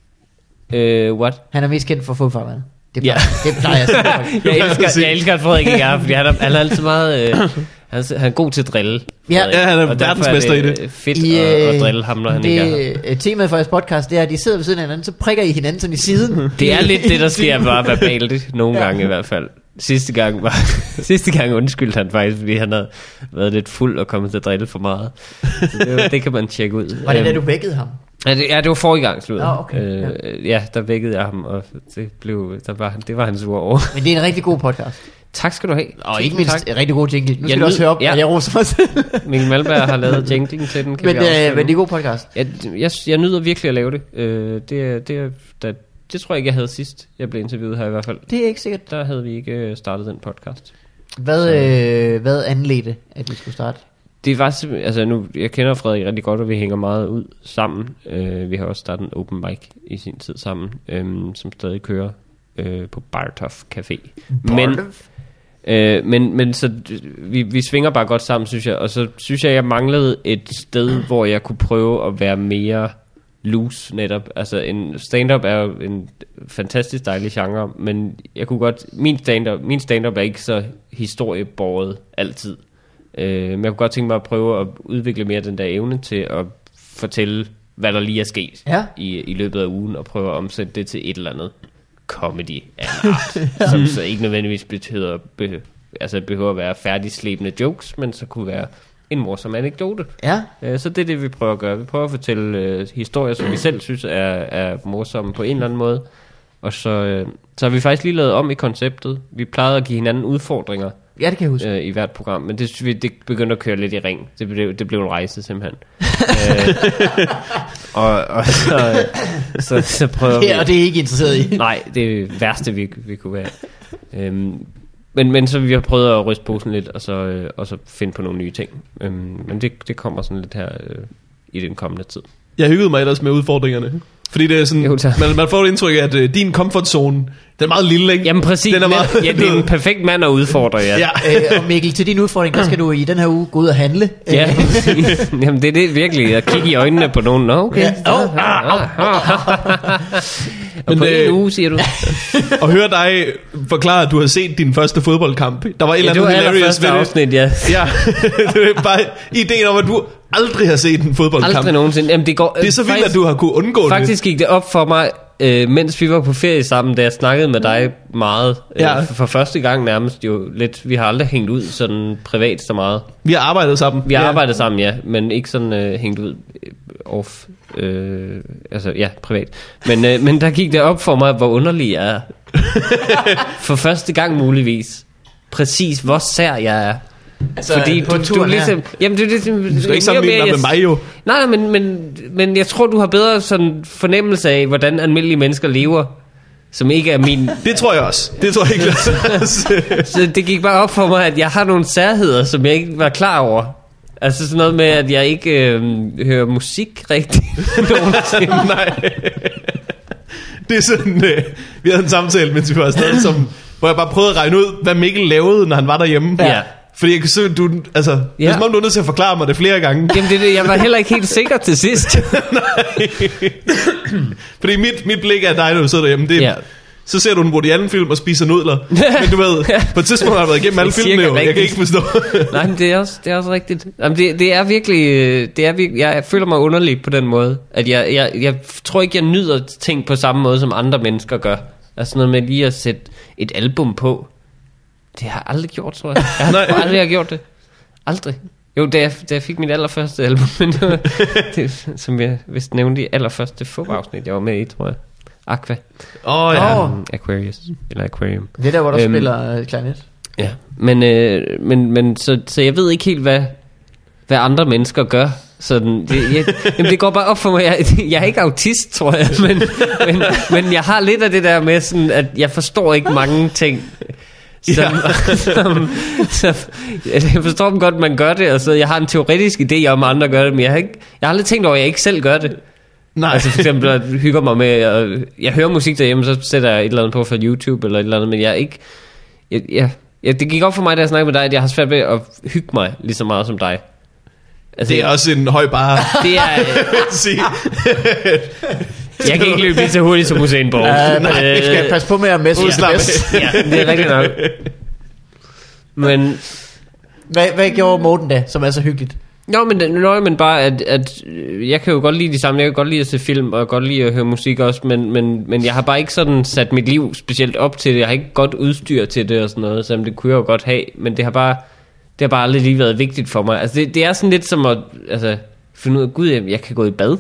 Øh, what? Han er mest kendt for Fodboldfarvandet. Det Ja. plejer, det plejer jeg at sige. Jeg elsker, jeg elsker at Frederik ikke er, fordi han er, han er altid meget... Øh, han, er, han er god til at drille. Ja. Frederik. Ja, han er Og derfor verdensmester i det. øh, fedt I, at, øh, at drille ham, når han ikke er her. det, øh, temaet for jeres podcast, det er, at de sidder ved siden af hinanden, så prikker I hinanden sådan i siden. Det er lidt det, der sker bare verbalt, nogle Ja. gange i hvert fald. Sidste gang, var, sidste gang undskyldte han faktisk, fordi han havde været lidt fuld og kommet til at drille for meget. Så det, var- det kan man tjekke ud. Var det da Øhm, du vækkede ham? Ja, det, ja, det var forrige gang slut. Nå, okay, øh, ja, der vækkede jeg ham, og det, blev, der var, det var han sur over. Men det er en rigtig god podcast. Tak skal du have. Og Tusind ikke mindst tak. en rigtig god jingle. Nu skal Jeg du også nød- høre op, ja. at jeg roser mig selv. Mikkel Malberg har lavet jingling til den, kan men, vi afsløre øh, men nu. det er god podcast. Jeg, jeg, jeg nyder virkelig at lave det. Øh, det, er- det, er- da, det tror jeg ikke, jeg havde sidst, jeg blev interviewet her i hvert fald. Det er ikke sikkert. Der havde vi ikke øh, startet den podcast. Hvad, øh, hvad anledte, at vi skulle starte? Det var simpelthen, altså nu, jeg kender Frederik rigtig godt, og vi hænger meget ud sammen. Øh, vi har også startet en open mic i sin tid sammen, øh, som stadig kører øh, på Bartof Café. Men, øh, men, men så d- vi, vi svinger bare godt sammen, synes jeg. Og så synes jeg, jeg manglede et sted, hvor jeg kunne prøve at være mere loose netop. Altså en stand-up er jo en fantastisk dejlig genre, men jeg kunne godt, min stand-up, min stand-up er ikke så historiebåret altid. Øh, men jeg kunne godt tænke mig at prøve at udvikle mere den der evne til at fortælle, hvad der lige er sket Ja. i, i løbet af ugen, og prøve at omsætte det til et eller andet comedy af en art, som så ikke nødvendigvis betyder, be, altså behøver at være færdigslæbende jokes, men så kunne være en morsom anekdote. Ja, Øh, så det er det, vi prøver at gøre. Vi prøver at fortælle øh, historier, som vi selv synes er, er morsomme på en eller anden måde. Og så, øh, så har vi faktisk lige lavet om i konceptet. Vi plejede at give hinanden udfordringer, Ja, det kan jeg huske. øh, i hvert program. Men det, synes vi, det begyndte at køre lidt i ring. Det blev, det blev en rejse simpelthen. øh, og og så, så, så prøver vi... Ja, og det er I ikke interesseret i. Nej, det er det værste, vi, vi kunne være. Øhm, men, men så vi har prøvet at ryste posen lidt, og så, øh, og så finde på nogle nye ting. Øhm, men det, det kommer sådan lidt her øh, i den kommende tid. Jeg hyggede mig ellers med udfordringerne. Fordi det er sådan, Jo, tak. man, man får det indtryk af, at øh, din comfort zone, den er meget lille, ikke? Jamen præcis, Den er meget, ja, det er en perfekt mand at udfordre, ja. ja. øh, og Mikkel, til din udfordring, der skal du i den her uge gå ud og handle. Ja, Øh, præcis. Jamen det er det virkelig, at kigge i øjnene på nogen. Nå, okay. Ja. Oh, og Men, på en øh, uge, siger du? Og høre dig forklare, at du har set din første fodboldkamp. Der var et Ja, eller det var andet hilarious allerførste ved det. afsnit, ja. Ja, det er bare ideen om, at du aldrig har set en fodboldkamp. Aldrig nogensinde. Jamen, det, går, Det er så vildt, faktisk, at du har kunne undgå det. Faktisk gik det op for mig, øh, mens vi var på ferie sammen, da jeg snakkede med dig meget. Øh, Ja. for, for første gang nærmest jo lidt. Vi har aldrig hængt ud sådan privat så meget. Vi har arbejdet sammen. Vi har ja. arbejdet sammen, ja, men ikke sådan øh, hængt ud øh, off. Øh, altså, ja, privat. Men, øh, men der gik det op for mig, hvor underlig jeg er. For første gang muligvis. Præcis, hvor sær jeg er. altså, Fordi på du, du turen her. ligesom... Jamen, det, det, det, Du skal ikke sammenligne dig med mig jo. Nej, nej, men, men, men jeg tror, du har bedre sådan fornemmelse af, hvordan almindelige mennesker lever, som ikke er min... Det tror jeg også. Det tror jeg ikke. Så det gik bare op for mig, at jeg har nogle særheder, som jeg ikke var klar over. Altså sådan noget med, at jeg ikke øh, hører musik rigtigt nogensinde. Nej. Det er sådan, øh, vi havde en samtale, mens vi var afsted, som, hvor jeg bare prøvede at regne ud, hvad Mikkel lavede, når han var derhjemme. Ja. Fordi jeg kan se, du, altså, ja. Det er som om du er nødt til at forklare mig det flere gange. Jamen det, er det, jeg var heller ikke helt sikker til sidst. Fordi mit, mit blik af dig, når du sidder derhjemme, det er, Ja. så ser du en Woody Allen-film og spiser nudler. Men du ved, på et tidspunkt har jeg været igennem alle Det er filmene cirka jo. Jeg kan rigtigt. ikke forstå. Nej, men det er også, det er også rigtigt. Jamen, det, det er virkelig, øh, det er virkelig, jeg føler mig underlig på den måde, at jeg, jeg, jeg tror ikke, jeg nyder ting på samme måde, som andre mennesker gør. Altså noget med lige at sætte et album på. Det har jeg aldrig gjort, tror jeg. Jeg har Nej. tror aldrig jeg har gjort det. Aldrig. Jo, da jeg, da jeg fik mit allerførste album, men det var, det, som jeg vist nævnte i allerførste fodboldafsnit, jeg var med i, tror jeg. Aqua. Åh oh, ja. Åh. Um, Aquarius. Eller Aquarium. Det er der, hvor du Øhm, spiller øh, klarinet. Ja, men, øh, men, men så, så jeg ved ikke helt, hvad, hvad andre mennesker gør. Sådan, det, jeg, jamen det går bare op for mig. Jeg, jeg er ikke autist, tror jeg, men, men, men jeg har lidt af det der med, sådan, at jeg forstår ikke mange ting. Som, ja. som, som, jeg forstår dem godt, man gør det, og så jeg har en teoretisk idé om, at andre gør det, men jeg har, ikke, jeg har aldrig tænkt over, at jeg ikke selv gør det. Nej. Altså for eksempel at hygge mig med at, jeg hører musik derhjemme, så sætter jeg et eller andet på fra YouTube eller et eller andet, men jeg er ikke jeg, jeg, jeg, det gik op for mig, da jeg snakkede med dig, at jeg har svært ved at hygge mig lige så meget som dig. Altså, Det er også en høj bare. det er at sige. jeg kan ikke løbe lige så hurtigt som Usain Bolt. Uh, nej, vi skal passe på med at messe Udslap. ja. Ja, det er rigtigt nok. Men hvad, hvad gjorde Morten da, som er så hyggeligt? Nå, men, nøj, men bare, at, at øh, jeg kan jo godt lide de samme. Jeg kan godt lide at se film, og jeg kan godt lide at høre musik også, men, men, men jeg har bare ikke sådan sat mit liv specielt op til det. Jeg har ikke godt udstyr til det og sådan noget, selvom det kunne jeg jo godt have, men det har bare, det har bare aldrig lige været vigtigt for mig. Altså, det, det er sådan lidt som at altså, finde ud af, gud, jeg, jeg kan gå i bad.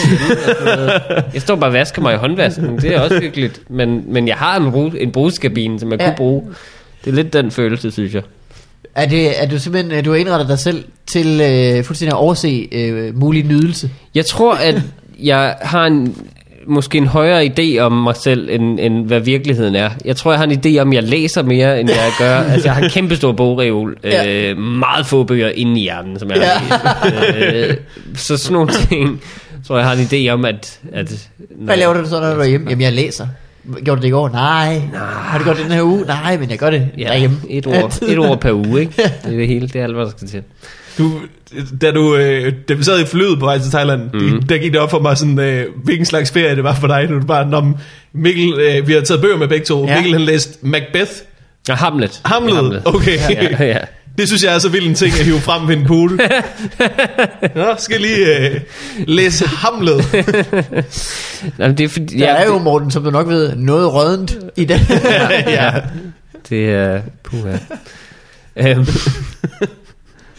Jeg står bare og vasker mig i håndvasken. Det er også hyggeligt, men, men jeg har en, ru- en brugskabine, som jeg ja. kunne bruge. Det er lidt den følelse, synes jeg. Er, det, er du simpelthen, du har indrettet dig selv til øh, fuldstændig at overse øh, mulig nydelse? Jeg tror, at jeg har en, måske en højere idé om mig selv, end, end hvad virkeligheden er. Jeg tror, jeg har en idé om, at jeg læser mere, end jeg gør. Altså, jeg har en kæmpe stor bogreol. Ja. Øh, meget få bøger inde i hjernen, som jeg har ja. øh, Så sådan nogle ting, tror jeg har en idé om, at... at Hvad laver du så, når du er hjemme? Jamen, jeg læser. Gjorde du det i går? Nej. Nej. Har du gjort det den her uge? Nej, men jeg gør det Ja, derhjemme. et ord, et ord per uge, ikke? Det er det hele, det er alt, hvad der skal til. Du, da, du, øh, da vi sad i flyet på vej til Thailand, mm. der gik det op for mig, sådan, øh, hvilken slags ferie det var for dig. Nu er det bare, når Mikkel, øh, vi har taget bøger med begge to. Ja. Mikkel, han læste Macbeth. Ja, Hamlet. Hamlet, Hamlet. okay. Ja, ja. Det synes jeg er så vild en ting at hive frem ved en pool. Nå, skal lige øh, læse Hamlet. Jamen, det er fordi, Der ja, er jo, Morten, som du nok ved, noget rødent i den. ja, ja. Det er puha. Øhm.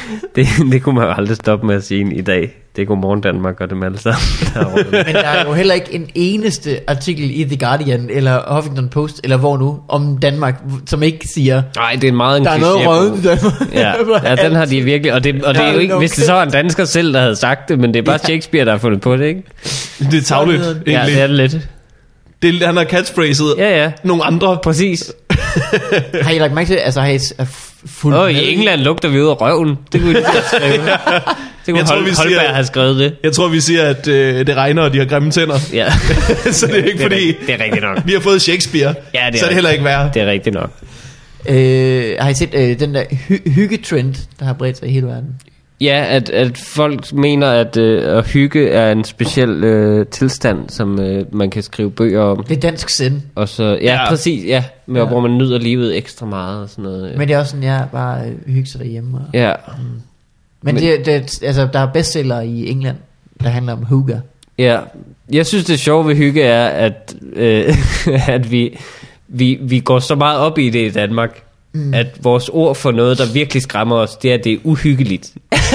det, det kunne man jo aldrig stoppe med at sige i dag. Det er Godmorgen Danmark og dem alle sammen. Men der er jo heller ikke en eneste artikel i The Guardian eller Huffington Post eller hvor nu om Danmark, som ikke siger, Nej, det er meget en der er noget kliché. rødt i Danmark. Ja, ja, den har de virkelig. Og det, og det er jo ikke, hvis det så var en dansker selv, der havde sagt det, men det er bare Shakespeare, der har fundet på det, ikke? Det er tavligt, egentlig. Ja, det er det lidt. Det, han har catchphraset Ja, ja. nogle andre. Præcis. Har I lagt mærke til, altså har I s- fuldt Åh, med i England lugter vi ud af røven. Det kunne de have skrevet. Det kunne Jeg tror, Hol- vi siger- Holberg have skrevet det. Jeg tror, vi siger, at øh, det regner, og de har grimme tænder. Ja. Så det er ikke det er fordi, rigt- det er rigtigt nok. vi har fået Shakespeare. Ja, det er så er det heller ikke værre. Det er rigtigt nok. Øh, har I set øh, den der hy- hyggetrend, der har bredt sig i hele verden? Ja, at, at folk mener, at øh, at hygge er en speciel øh, tilstand, som øh, man kan skrive bøger om. Det er dansk sind. Og så, ja, Ja. ja. præcis, ja, med, Ja. hvor man nyder livet ekstra meget og sådan noget. Men det er også sådan, jeg bare øh, hygge sig derhjemme. Og, Ja, men men- det, det, altså, der er bestseller i England, der handler om hygge. ja. Jeg synes, det sjove ved hygge er, at, øh, at vi, vi, vi går så meget op i det i Danmark, mm. at vores ord for noget, der virkelig skræmmer os, det er, at det er uhyggeligt.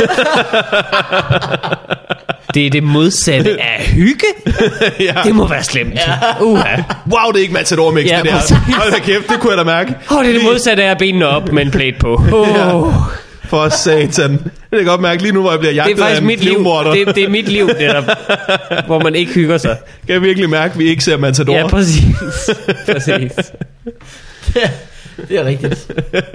Det er det modsatte af hygge. Ja. Det må være slemt. Ja. Uh-huh. Wow, det er ikke Matador Mix, Ja, det der. præcis. Hold da kæft, det kunne jeg da mærke. Åh, det er det modsatte af at benene op med en plate på. Oh. For satan. Det kan jeg godt mærke lige nu, hvor jeg bliver Det jagtet er af faktisk en mit liv. flyvemorder. Det, det er mit liv, det der, hvor man ikke hygger sig. Kan jeg virkelig mærke, at vi ikke ser Matador? Ja, præcis. præcis. Det er rigtigt.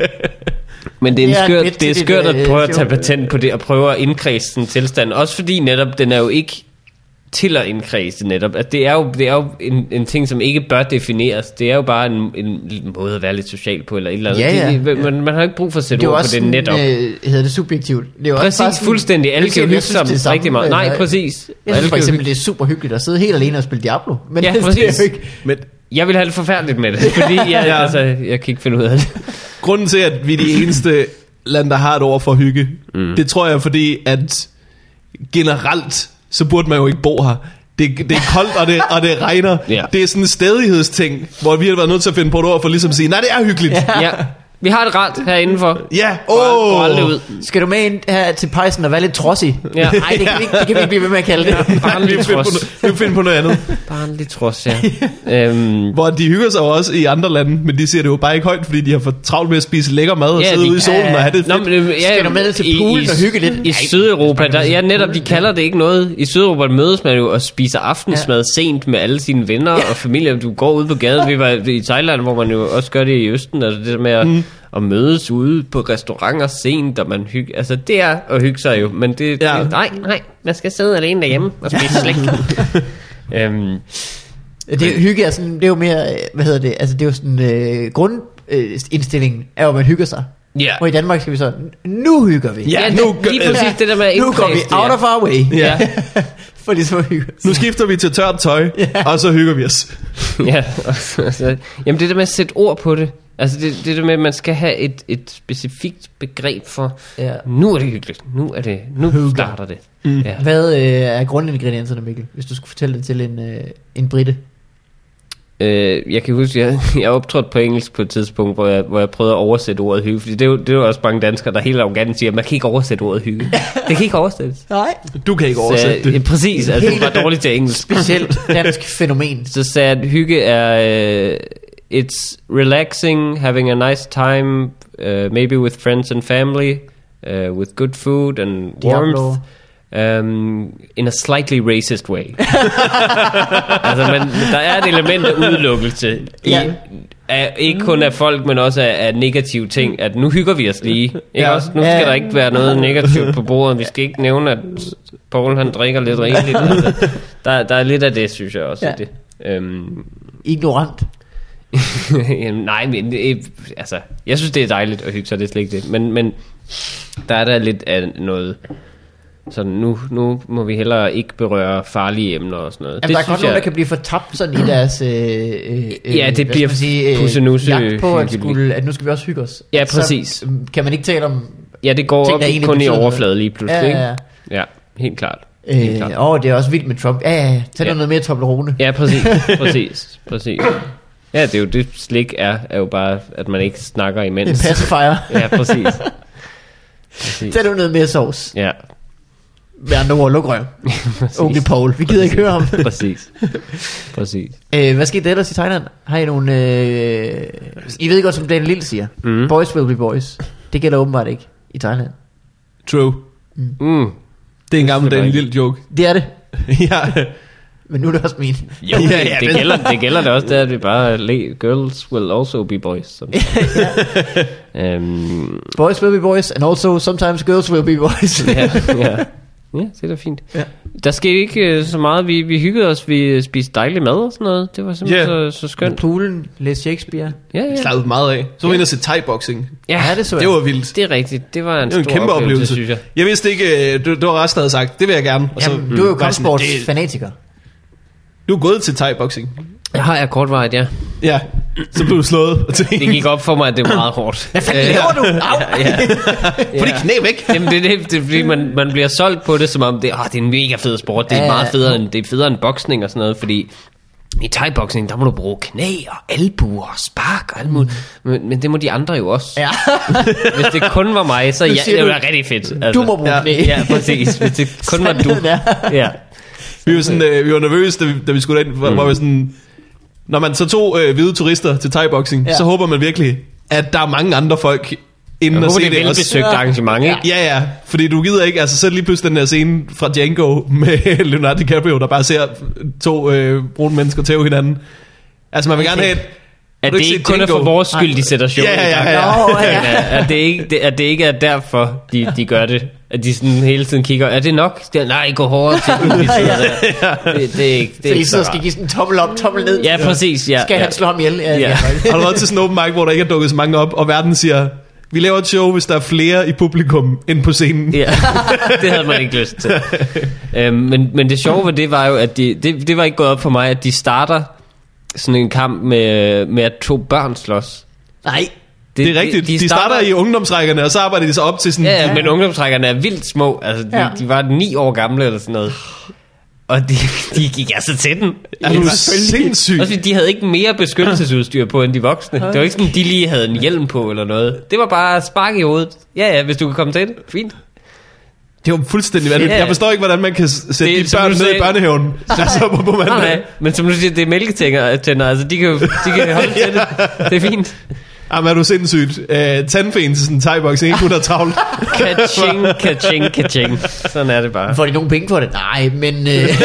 Men det er, en Det er skørt, lidt det er til skørt det, at prøve at øh, tage sjovt. patent på det og prøve at indkredse den tilstand. Også fordi netop, den er jo ikke til at indkredse netop. At det er jo, det er jo en, en ting, som ikke bør defineres. Det er jo bare en, en måde at være lidt social på, eller et eller andet. Ja, ja. Det, det, man, man har ikke brug for at sætte Det er jo ord på også det sådan, netop. øh, hedder det subjektivt. Det er jo også Præcis, bare sådan- fuldstændig. Alle det kan jo er hygge jeg synes, sig det er samme, rigtig meget. Nej, eller- præcis. Jeg Alle synes for kan jo eksempel, hygge- det er super hyggeligt at sidde helt alene og spille Diablo. Men Ja, det er præcis. jo ikke... Men Jeg vil have det forfærdeligt med det, fordi jeg, Ja. altså, jeg kan ikke finde ud af det. grunden til, at vi er de eneste land, der har et ord for hygge, mm. det tror jeg er fordi, at generelt, så burde man jo ikke bo her. Det, det er koldt, og det, og det regner. Ja. Det er sådan en stedighedsting, hvor vi har været nødt til at finde på et ord for ligesom at sige, nej, det er hyggeligt. Ja, Ja. Vi har det rart herindenfor. ja. Går, går aldrig Åh. ud. Skal du med ind her til pejsen og være lidt trodsig? Ja. Nej, det kan, vi ikke, det kan vi ikke blive ved med at kalde det. Vi Barnlig vil finde på, trods. no- vi vil finde på noget andet. Barnlig trods, ja. øhm, Hvor de hygger sig jo også i andre lande, men de siger det jo bare ikke højt, fordi de har for travlt med at spise lækker mad og Ja, sidde de- ude i solen ja, og have det Nå, fedt. men, øh, ja, Skal du med til i- poolen i- og hygge lidt? I Nej, Sydeuropa, der, ja, netop, de kalder det ikke noget. I Sydeuropa mødes man jo og spiser aftensmad ja. sent med alle sine venner ja. og familie. Du går ud på gaden. Vi var i Thailand, hvor man jo også gør det i Østen. Altså det der med at, mm. at mødes ude på restauranter sent, og man hygge. Altså det er at hygge sig jo, men det, Ja. det nej, nej, man skal sidde alene derhjemme og spise slik. øhm, Det er, hygge er sådan, det er jo mere, øh, hvad hedder det, altså det er jo sådan, øh, grundindstillingen er jo, at man hygger sig. ja. Og i Danmark skal vi så, nu hygger vi. Ja, Ja, nu nu gør- lige præcis det der med at Nu går vi indkredse det, out ja. of our way. Ja. For ligesom at hygge os. Nu skifter vi til tørt tøj, og så hygger vi os. Ja, og så, så, jamen det der med at sætte ord på det. Altså det, det der med, at man skal have et, et specifikt begreb for, Ja. nu er det hyggeligt, nu er det, nu Hygge. starter det. Mm. Ja. Hvad øh, er grundingredienserne, Mikkel, hvis du skulle fortælle det til en, øh, en britte? Øh, jeg kan huske, jeg, jeg optrådte på engelsk på et tidspunkt, hvor jeg, hvor jeg prøvede at oversætte ordet hygge, fordi det er jo, det er jo også mange danskere, der hele arrogant siger, at man kan ikke oversætte ordet hygge. Det kan ikke oversættes. Nej. Du kan ikke oversætte Så, det. ja, præcis, altså det var dårligt til engelsk. Specielt dansk fænomen. Så sagde jeg, at hygge er, uh, it's relaxing, having a nice time, uh, maybe with friends and family, uh, with good food and Diablo. warmth. Um, in a slightly racist way. Altså man, der er et element af udelukkelse i, Ja. af, ikke kun af folk, men også af, af negative ting. At nu hygger vi os lige, ikke Ja. også? Nu Ja. skal der ikke være noget negativt på bordet. Vi skal ikke nævne, at Paul han drikker lidt rigeligt. Altså, der, der er lidt af det, synes jeg også. Ja. Ja. Det. Um, Ignorant. Jamen, nej, men det, altså, jeg synes det er dejligt at hygge sig, det er slet ikke det. Men, men der er der lidt af noget. Så nu, nu må vi hellere ikke berøre farlige emner og sådan noget. Jamen, der er godt nogen, der kan blive fortabt sådan i deres øh, øh, Ja, det hvad bliver skal man sige, øh, pussenusse jagt på, at, hyggeligt. skulle, at nu skal vi også hygge os. Ja, Så, præcis. øhm, kan man ikke tale om... Ja, det går ting, op der egentlig kun i betyder noget. overflade lige pludselig. Ja, Ikke? ja, ja. Ja, helt klart. Helt Øh, klart. åh, det er også vildt med Trump. Ja, ja, tag Ja. ja. noget mere Toblerone. Ja, præcis, præcis, præcis. Ja, det er jo det slik er, er jo bare, at man ikke snakker En imens. pacifier. Ja, præcis. Tag du noget mere sovs. Ja, Med andre ord, luk røv. Onkel Paul, vi gider ikke høre ham. præcis. Præcis. øh, Hvad skete der ellers i Thailand? Har I nogle... Øh... I ved godt, som Daniel Lille siger. Mm. Boys will be boys. Det gælder åbenbart ikke i Thailand. True. Mm. Det er en gammel Det er Daniel rigtigt. Lille joke. Det er det. Ja. Men nu er det også min. Jo, Ja, det, ja, det, men- gælder, det gælder det også, det er, at vi bare le- girls will also be boys. Som, øhm, Boys will be boys, and also sometimes girls will be boys. ja, ja. Ja, det er da fint. Ja. Der skete ikke øh, så meget. Vi, vi hyggede os. Vi spiste dejlig mad og sådan noget. Det var simpelthen Ja. så, så På skønt. poolen, læste Shakespeare. Ja, ja. Slappet meget af. Så var vi inde og se thai-boxing. Ja, Ja, det så jeg. Det var vildt. det er rigtigt. Det var en Det var en stor kæmpe oplevelse. synes jeg. Jeg vidste ikke, øh, du, det var resten, der havde sagt, det vil jeg gerne. Og så Jamen, du er jo var jeg sådan, det- kampsportsfanatiker. Du er gået til thai-boxing. Jeg har jeg kortvarigt, ja. Ja, så blev du slået. Det gik op for mig, at det var meget hårdt. Hvad fanden laver du? Au! Ja. Få de knæ væk. Jamen det er det, det er, fordi man, man bliver solgt på det, som om det, oh, det er en mega fed sport. Det er Ja, meget ja. federe end, det er federe end boksning og sådan noget, fordi i thai-boxing, der må du bruge knæ og albuer og spark og alt muligt. Men, men det må de andre jo også. Ja. Hvis det kun var mig, så Nu ja, siger det du, var rigtig fedt. Du må bruge Ja. knæ. Ja, præcis. Hvis det kun var du. Sandheden er. Ja. Vi var, sådan, øh, vi var nervøse, da vi, da vi skulle ind, hvor, mm. hvor vi sådan... Når man så tog øh, hvide turister til thai-boxing, Ja. så håber man virkelig, at der er mange andre folk inden Jeg at håber, se det er det. Og s- velbesøgt Ja. arrangement, ikke? Ja, ja, fordi du gider ikke, altså så lige pludselig den der scene fra Django med Leonardo DiCaprio, der bare ser to øh, brune mennesker tæve hinanden. Altså man vil gerne have et... At du det ikke ikke set kun er for Django? vores skyld, de sætter show Ja, i ja, gang. ja, ja. Nå, ja. At det ikke, det, at det ikke er derfor, de, de gør det. At de sådan hele tiden kigger, er det nok? Det er, nej, gå hårdere til den. Det, det er ikke, det Så er I ikke så så skal rart. give sådan en tommel op, tommel ned. Ja, præcis. Ja, Skal ja. han slå ham ihjel? Ja, Ja. ja. Har du været til sådan en open mic, hvor der ikke er dukket så mange op, og verden siger, vi laver et show, hvis der er flere i publikum end på scenen. Ja, det havde man ikke lyst til. øhm, men, men det sjove ved det var jo, at de, det, det var ikke gået op for mig, at de starter sådan en kamp med, med at to børn slås. Nej. Det er rigtigt. De, de starter, starter i ungdomsrækkerne, og så arbejder de sig op til sådan... Ja, ja, men ungdomstrækkerne er vildt små. Altså, de, Ja. de var ni år gamle eller sådan noget. Og de, de gik altså til den. Er du sindssyg? Også fordi de havde ikke mere beskyttelsesudstyr på end de voksne. Det var ikke sådan, de lige havde en hjelm på eller noget. Det var bare spark i hovedet. Ja, ja, hvis du kan komme til det. Fint. Det var fuldstændig vanvittigt. Ja. Jeg forstår ikke, hvordan man kan s- sætte Det er, de som børn du ned i sagde- børnehaven. Altså på, på Nej, mandag. nej. Men som du siger, det er mælketænder. Tænder. Altså, de kan jo de kan holde til det. Det er fint. Jamen er du sindssygt. Uh, tandfen til sådan en thai-boxing, ikke kun er travlt. Kaching, kaching, kaching. Sådan er det bare. Får de nogen penge for det? Nej, men øh,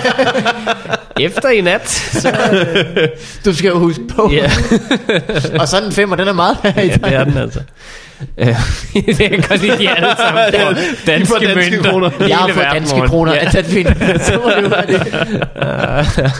Efter i nat. Så, du skal jo huske på. ja, Og sådan en femmer, den er meget værd i ja, det er den altså. Øh, det kan godt lide, de alle sammen får De danske, får danske mønter. kroner. Jeg har Hele fået verden danske rundt. kroner Ja. af tandfin. Så må det jo være det.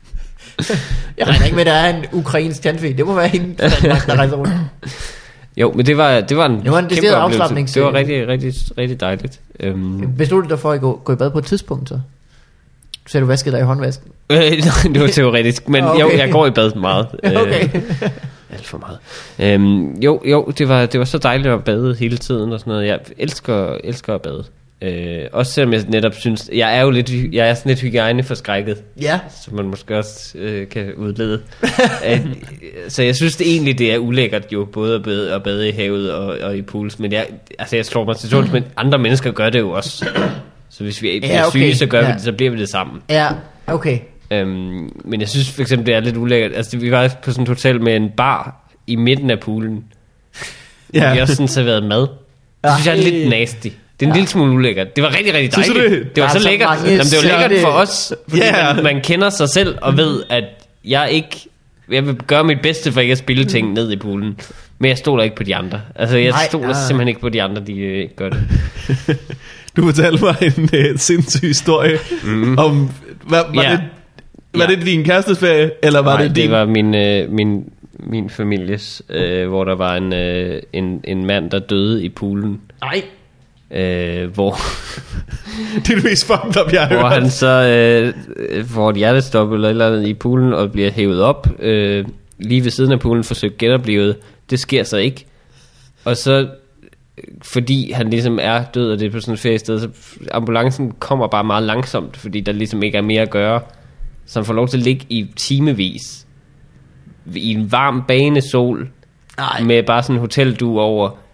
Jeg regner ikke med, at der er en ukrainsk tandfin. Det må være hende, fra Danmark, der rejser rundt. Jo, men det var, det var en Det var en kæmpe decideret oplevelse. afslapnings- Det var rigtig, rigtig, rigtig dejligt. Øhm, Besluttede dig for at gå, gå i bad på et tidspunkt, så? Du sagde, du vaskede dig i håndvasken. øh, det var teoretisk, men Okay. jo, jeg går i bad meget. Okay. Øh, alt for meget. Øhm, jo, jo, det var, det var så dejligt at bade hele tiden og sådan noget. Jeg elsker, elsker at bade. Øh, også selvom jeg netop synes, jeg er jo lidt, hy- jeg er sådan lidt hygiejneforskrækket, Ja. som man måske også øh, kan udlede. At, så jeg synes det egentlig, det er ulækkert jo, både at bade, at bade i havet og, og i pools, men jeg, altså jeg slår mig til tåls, men andre mennesker gør det jo også. Så hvis vi bliver Ja, okay. syge, så gør Ja. vi det, så bliver vi det sammen. Ja, okay. Øhm, men jeg synes for eksempel, det er lidt ulækkert. Altså vi var på sådan et hotel med en bar i midten af poolen. Ja. Vi har også sådan serveret mad. Det synes jeg er lidt nasty. Det er en ja. lille smule ulækkert. Det var rigtig, rigtig Synes dejligt. du Det, det? det var Der er så så lækkert. mange Jamen, det var lækkert slotte. for os, fordi Ja. man, man kender sig selv og ved, at jeg ikke... Jeg vil gøre mit bedste for ikke at spille ting ned i poolen. Men jeg stoler ikke på de andre. Altså jeg Nej, stoler ah. simpelthen ikke på de andre, de øh, ikke gør det. Du fortalte mig en uh, sindssyg historie mm. om... Hvad, var, Ja. det, var Ja. det din kærestesferie, eller var Nej, det din... det var min, øh, min, min families, øh, hvor der var en, øh, en, en mand, der døde i poolen. Nej. Øh, hvor, det er det mest fucked up, jeg har hvor hørt. han så øh, får et hjertestop eller et eller andet i poolen og bliver hævet op øh, lige ved siden af poolen, forsøgt genoplivet. Det sker så ikke. Og så fordi han ligesom er død, og det er på sådan et feriested, så ambulancen kommer bare meget langsomt, fordi der ligesom ikke er mere at gøre. Så han får lov til at ligge i timevis i en varm banesol Nej. med bare sådan en hoteldue over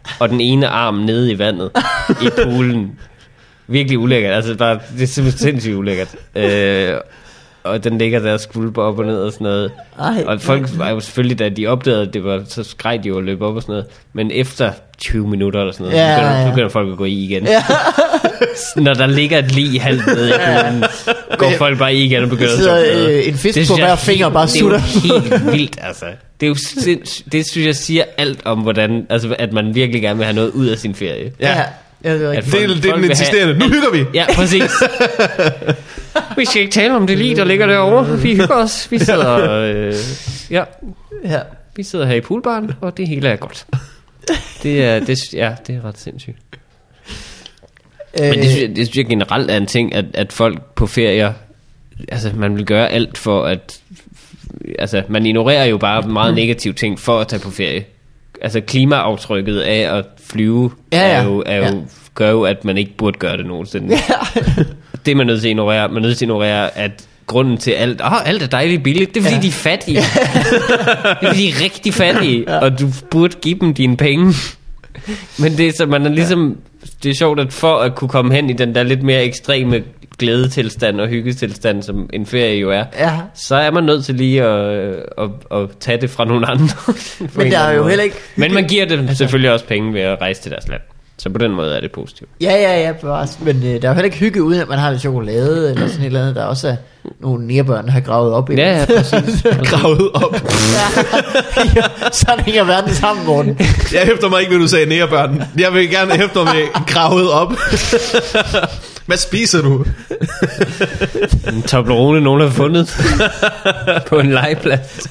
og den ene arm nede i vandet i poolen. Virkelig ulækkert, altså bare, det er simpelthen sindssygt ulækkert. Øh, og den ligger der og skvulper op og ned og sådan noget. Ej, og folk var jo selvfølgelig, da de opdagede, at det var, så skreg de jo og løb op og sådan noget. Men efter tyve minutter eller sådan noget, ja, så begynder, ja. begynder folk at gå i igen. Ja. Når der ligger et lig halvt nede i poolen, går folk bare i igen og begynder sidder, at så øh, en fisk på hver finger og bare sutter. Det er jo helt vildt, altså. Det er jo sinds, det synes jeg siger alt om, hvordan, altså, at man virkelig gerne vil have noget ud af sin ferie. Ja, ja. Ja, det, er At Det er, det er den insisterende. Nu hygger vi. Ja, præcis. Vi skal ikke tale om det lige, der ligger derovre. Vi hygger os. Vi sidder, øh, ja, ja. vi sidder her i poolbaren, og det hele er godt. Det er, det, ja, det er ret sindssygt. Øh, Men det synes, jeg, det synes jeg generelt er en ting, at, at folk på ferier, altså man vil gøre alt for at, altså man ignorerer jo bare meget negative ting for at tage på ferie. Altså klimaaftrykket af at flyve Ja, ja. er jo, er jo Ja. gør jo, at man ikke burde gøre det nogensinde. ja. Det er man nødt til at ignorere. Man er nødt til at ignorere, at grunden til alt, åh, alt er dejligt billigt, det er fordi Ja. de er fattige. Det er fordi de er rigtig fattige, ja. Og du burde give dem dine penge. Men det er så, man er ligesom, det er sjovt, at for at kunne komme hen i den der lidt mere ekstreme glædetilstand og hyggetilstand, som en ferie jo er, ja. så er man nødt til lige at, at, at tage det fra nogle andre. På en Men eller der er anden jo måde. heller ikke Men man giver dem selvfølgelig også penge ved at rejse til deres land. Så på den måde er det positivt. Ja, ja, ja, bevares. Men øh, der er jo heller ikke hygge uden, at man har lidt chokolade eller sådan et eller andet. Der er også er nogle nærbørn, der har gravet op i. Ja, ja, præcis. Gravet op. ja, sådan hænger verden sammen, Morten. Jeg hæfter mig ikke, hvad du sagde, nærbørn. Jeg vil gerne hæfte mig med gravet op. Hvad spiser du? En Toblerone, nogen har fundet på en legeplads.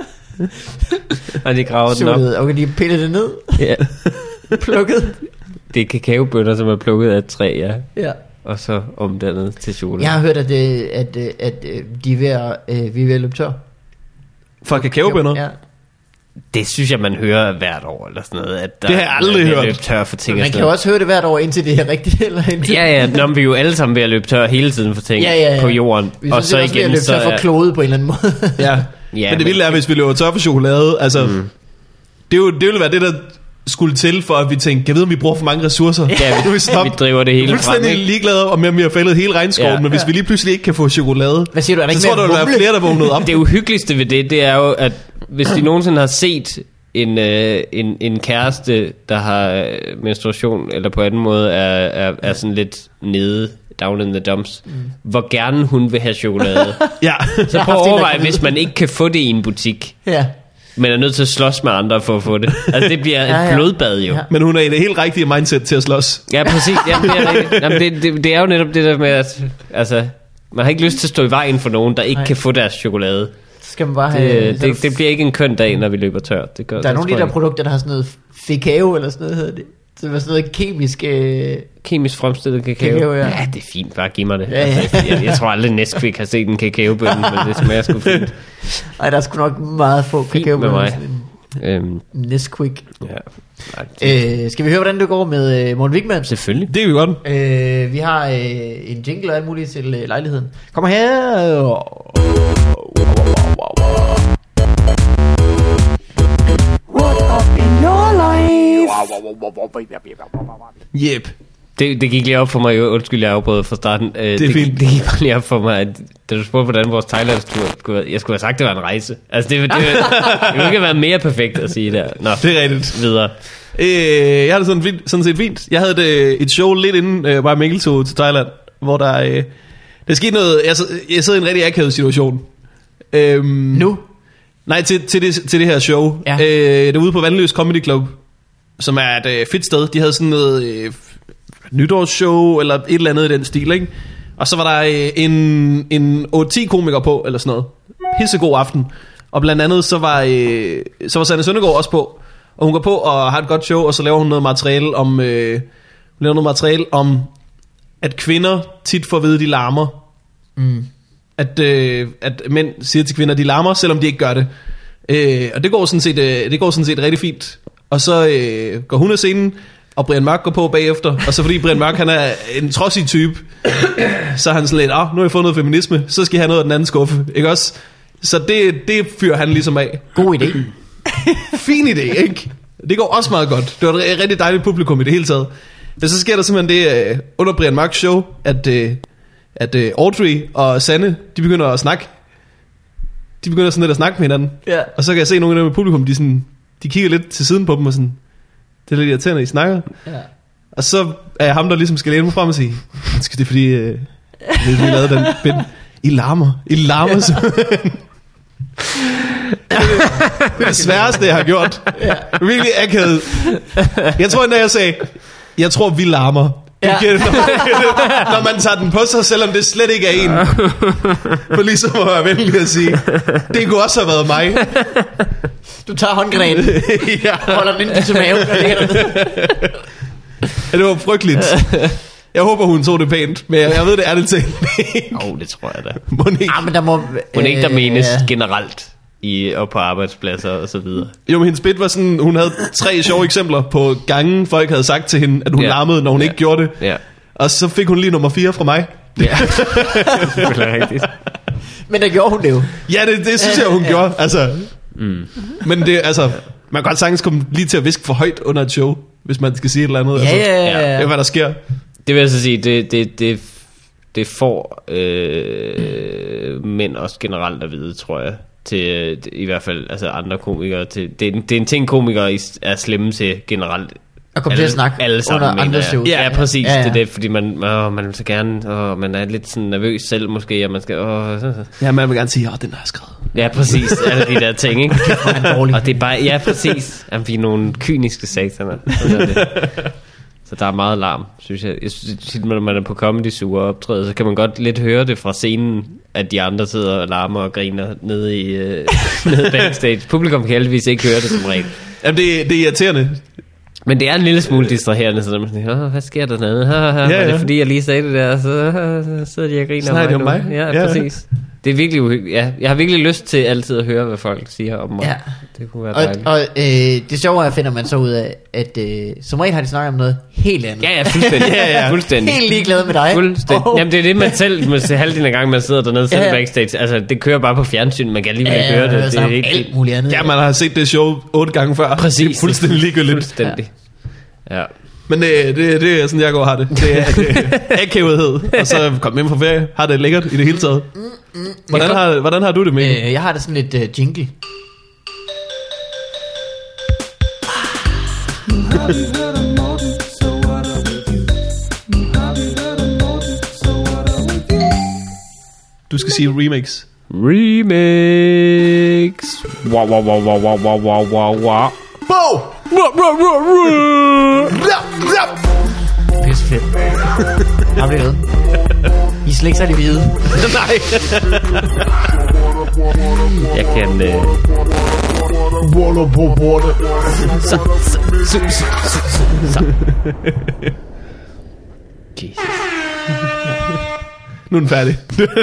Og de graver den op. Chokolade. Okay, de piller det ned. Ja. Plukket. Det er kakaobønner, som er plukket af et træ, ja. Ja. Og så omdannet til chokolade. Jeg har hørt, at, øh, at, øh, at øh, de er ved at, øh, vi er ved at løbe tør. Fra kakaobønner? Ja. Det synes jeg, man hører hvert år, eller sådan noget. At der Det har jeg aldrig er ved at hørt. løbe tør for ting. og Man sådan kan jo noget. også høre det hvert år, indtil det er rigtigt. Eller indtil Ja, ja, når vi er jo alle sammen ved at løbe tør hele tiden for ting Ja, ja, ja. på jorden. Vi er Og sådan så set også ved at igen, løbe så tør for er, klodet på en eller anden måde. Ja. Ja, Men det men- vilde er, hvis vi løber tør for chokolade, altså, mm. det, er jo, det ville være det, der skulle til, for at vi tænkte, kan jeg vide, om vi bruger for mange ressourcer? Ja, vi, Nu er vi, stoppe. vi driver det hele frem, fuldstændig ikke? ligeglade om, om vi har fældet hele regnskoven, Ja. ja. Men hvis vi lige pludselig ikke kan få chokolade, Hvad siger du, er der så ikke tror mere der vil være humle? flere, der vågnede op. Det uhyggeligste ved det, det er jo, at hvis de nogensinde har set en, øh, en, en kæreste, der har øh, menstruation, eller på anden måde er, er, er sådan lidt nede, down in the dumps, mm. hvor gerne hun vil have chokolade. Ja. Så Jeg har prøv at haft en, der overveje, kan vide. hvis man ikke kan få det i en butik, Ja. men er nødt til at slås med andre for at få det. Altså det bliver Ja, et ja. blodbad jo. Ja. Men hun er i det helt rigtige mindset til at slås. Ja, præcis. Jamen, det, er, rigtigt. Jamen, det, det, det er jo netop det der med, at altså, man har ikke lyst til at stå i vejen for nogen, der ikke Nej. kan få deres chokolade. Så skal man bare have... Det, det, det bliver ikke en køn dag, når vi løber tør. Det gør, der er det nogle af tror de der jeg. produkter, der har sådan noget fekao, eller sådan noget hedder det. Så det var sådan noget kemisk... Øh... Kemisk fremstillet kakao. Kakao, ja. Ja, det er fint. Bare giv mig det. Ja, ja. Altså, jeg, jeg tror aldrig, Nesquik har set en kakaobønne, men det smager sgu fint. Ej, der er sgu nok meget få Fint kakao med mig. En Øhm, Nesquik. ja. Nej, det, Øh, skal vi høre, hvordan det går med øh, Morten Wigman? selvfølgelig. Det er vi godt. Øh, vi har øh, en jingle og alt muligt til øh, lejligheden. Kom her. What up in your life? Yep. Det, det gik lige op for mig, jo, undskyld, jeg afbrød fra starten. Øh, det, fint. gik, det gik bare lige op for mig, at da du spurgte, hvordan vores Thailand-tur skulle være, jeg skulle have sagt, det var en rejse. Altså, det, det, det, det ville ikke have været mere perfekt at sige der. Nå, Det er rigtigt. videre. Øh, jeg har det sådan, fint, sådan set fint. Jeg havde et, et show lidt inden øh, bare Mikkel tog til Thailand, hvor der, øh, der skete noget. Jeg, sad- jeg sidder i en rigtig akavet situation. Øhm, Nu? Nej, til, til, det, til det her show. Ja. Øh, det er ude på Vandløs Comedy Club, som er et øh, fedt sted. De havde sådan noget øh, nytårsshow, eller et eller andet i den stil, ikke? Og så var der øh, en, en otte ti komikere på, eller sådan noget. Pissegod aften. Og blandt andet, så var, øh, så var Sanne Søndergaard også på. Og hun går på og har et godt show, og så laver hun noget materiale om, øh, hun laver noget materiale om, at kvinder tit får at vide, de larmer. Mm. At, øh, at mænd siger til kvinder, de larmer, selvom de ikke gør det. Øh, og det går, sådan set, øh, det går sådan set rigtig fint. Og så øh, går hun af scenen, og Brian Mørk går på bagefter. Og så fordi Brian Mørk, han er en trodsig type, så er han sådan lidt, ah, nu har jeg fået noget feminisme, så skal jeg have noget af den anden skuffe, ikke også? Så det, det fyrer han ligesom af. God idé. Fin idé, ikke? Det går også meget godt. Det var et rigtig dejligt publikum i det hele taget. Men så sker der simpelthen det øh, under Brian Mørks show, at, øh, at øh, Audrey og Sanne, de begynder at snakke. De begynder sådan lidt at snakke med hinanden. Ja. Og så kan jeg se nogle af dem i publikum, de, sådan, de kigger lidt til siden på dem og sådan, det er lidt irriterende, I snakker. Ja. Og så er jeg ham, der ligesom skal læne mig frem og sige, det er fordi, øh, vi har lavet den bind. I larmer. I larmer så. Det er det sværeste, jeg har gjort. Ja. Virkelig akavet. Jeg tror endda, jeg sagde, jeg tror, vi larmer. Ja. Når, man, når man tager den på sig, selvom det slet ikke er en. For ligesom at være venlig at sige, det kunne også have været mig. Du tager håndgranaten. Ja. Holder den ind til maven. Ja, det var frygteligt. Jeg håber, hun så det pænt, men jeg, jeg ved det ærligt talt. Åh, oh, det tror jeg da. Må ikke, ah, men der må, må ikke der øh, menes ja. generelt i, og på arbejdspladser og så videre. Jo, men hendes bit var sådan, hun havde tre sjove eksempler på gange, folk havde sagt til hende, at hun ja. larmede, når hun ja. ikke gjorde det. Ja. Og så fik hun lige nummer fire fra mig. Ja, det er rigtigt. Men der gjorde hun det jo. Ja, det, det synes jeg, hun ja. gjorde. Altså, mm. Men det, altså, man kan godt sagtens komme lige til at viske for højt under et show, hvis man skal sige et eller andet. Ja, altså, ja, ja. Det er, hvad der sker. Det vil jeg så sige, det, det, det, det får øh, mænd også generelt at vide, tror jeg. Til, i hvert fald altså andre komikere. Til, det, er, det er en ting, komikere er slemme til generelt. Og komme til at snakke alle sammen, under andre shows. Ja, ja, præcis. Ja, ja. Det er det, fordi man, åh, man vil så gerne, åh, man er lidt sådan nervøs selv måske, og man skal, åh, ja, man vil gerne sige, åh, den har jeg skrevet. ja, præcis. Alle de der ting, ikke? dårlig. Og det er bare, ja, præcis. Jamen, vi er nogle kyniske sataner. Sådan er det. Så der er meget larm, synes jeg. Jeg synes, når man er på Comedy Zoo og optræder, så kan man godt lidt høre det fra scenen, at de andre sidder og larmer og griner nede i øh, nede backstage. Publikum kan heldigvis ikke høre det som regel. Jamen, det, det er irriterende. Men det er en lille smule distraherende, så man siger, hvad sker der dernede? Ha, ha, ja, ja. Det er fordi, jeg lige sagde det der, så, så sidder de og griner Snakker om mig, om mig. Ja, Ja, præcis. Det er virkelig uhyggeligt. Ja, jeg har virkelig lyst til altid at høre, hvad folk siger om mig. Ja. Det kunne være Og, dejligt. og øh, det sjove er, finder man så ud af, at øh, som regel har de snakket om noget helt andet. Ja, ja, fuldstændig. Ja, ja. fuldstændig. Helt ligeglade med dig. Fuldstændig. Oh. Jamen det er det, man selv, med halvdelen af gangen, man sidder dernede selv Ja, ja. backstage. Altså, det kører bare på fjernsyn, man kan alligevel ikke Ja, høre det. Det så er om helt alt muligt andet. Ja, man har set det show otte gange før. præcis. Det er fuldstændig ligegyldigt. Fuldstændig. Ja. Men det, det, det er sådan, jeg går og har det. Det er det, akavethed. Og så kom hjem fra ferie, har det lækkert i det hele taget. Hvordan har, hvordan har du det med? Øh, jeg har det sådan lidt øh, jingle. Du skal sige remix. Remix. Wow, wow, wow, wow, wow, wow, wow, wow, wow. Bo! Pisse fedt. Har vi noget? I er slet ikke særlig hvide. Nej. Jeg kan... Øh... Så, så, så, så, så, så. Jesus. Nu er den færdig.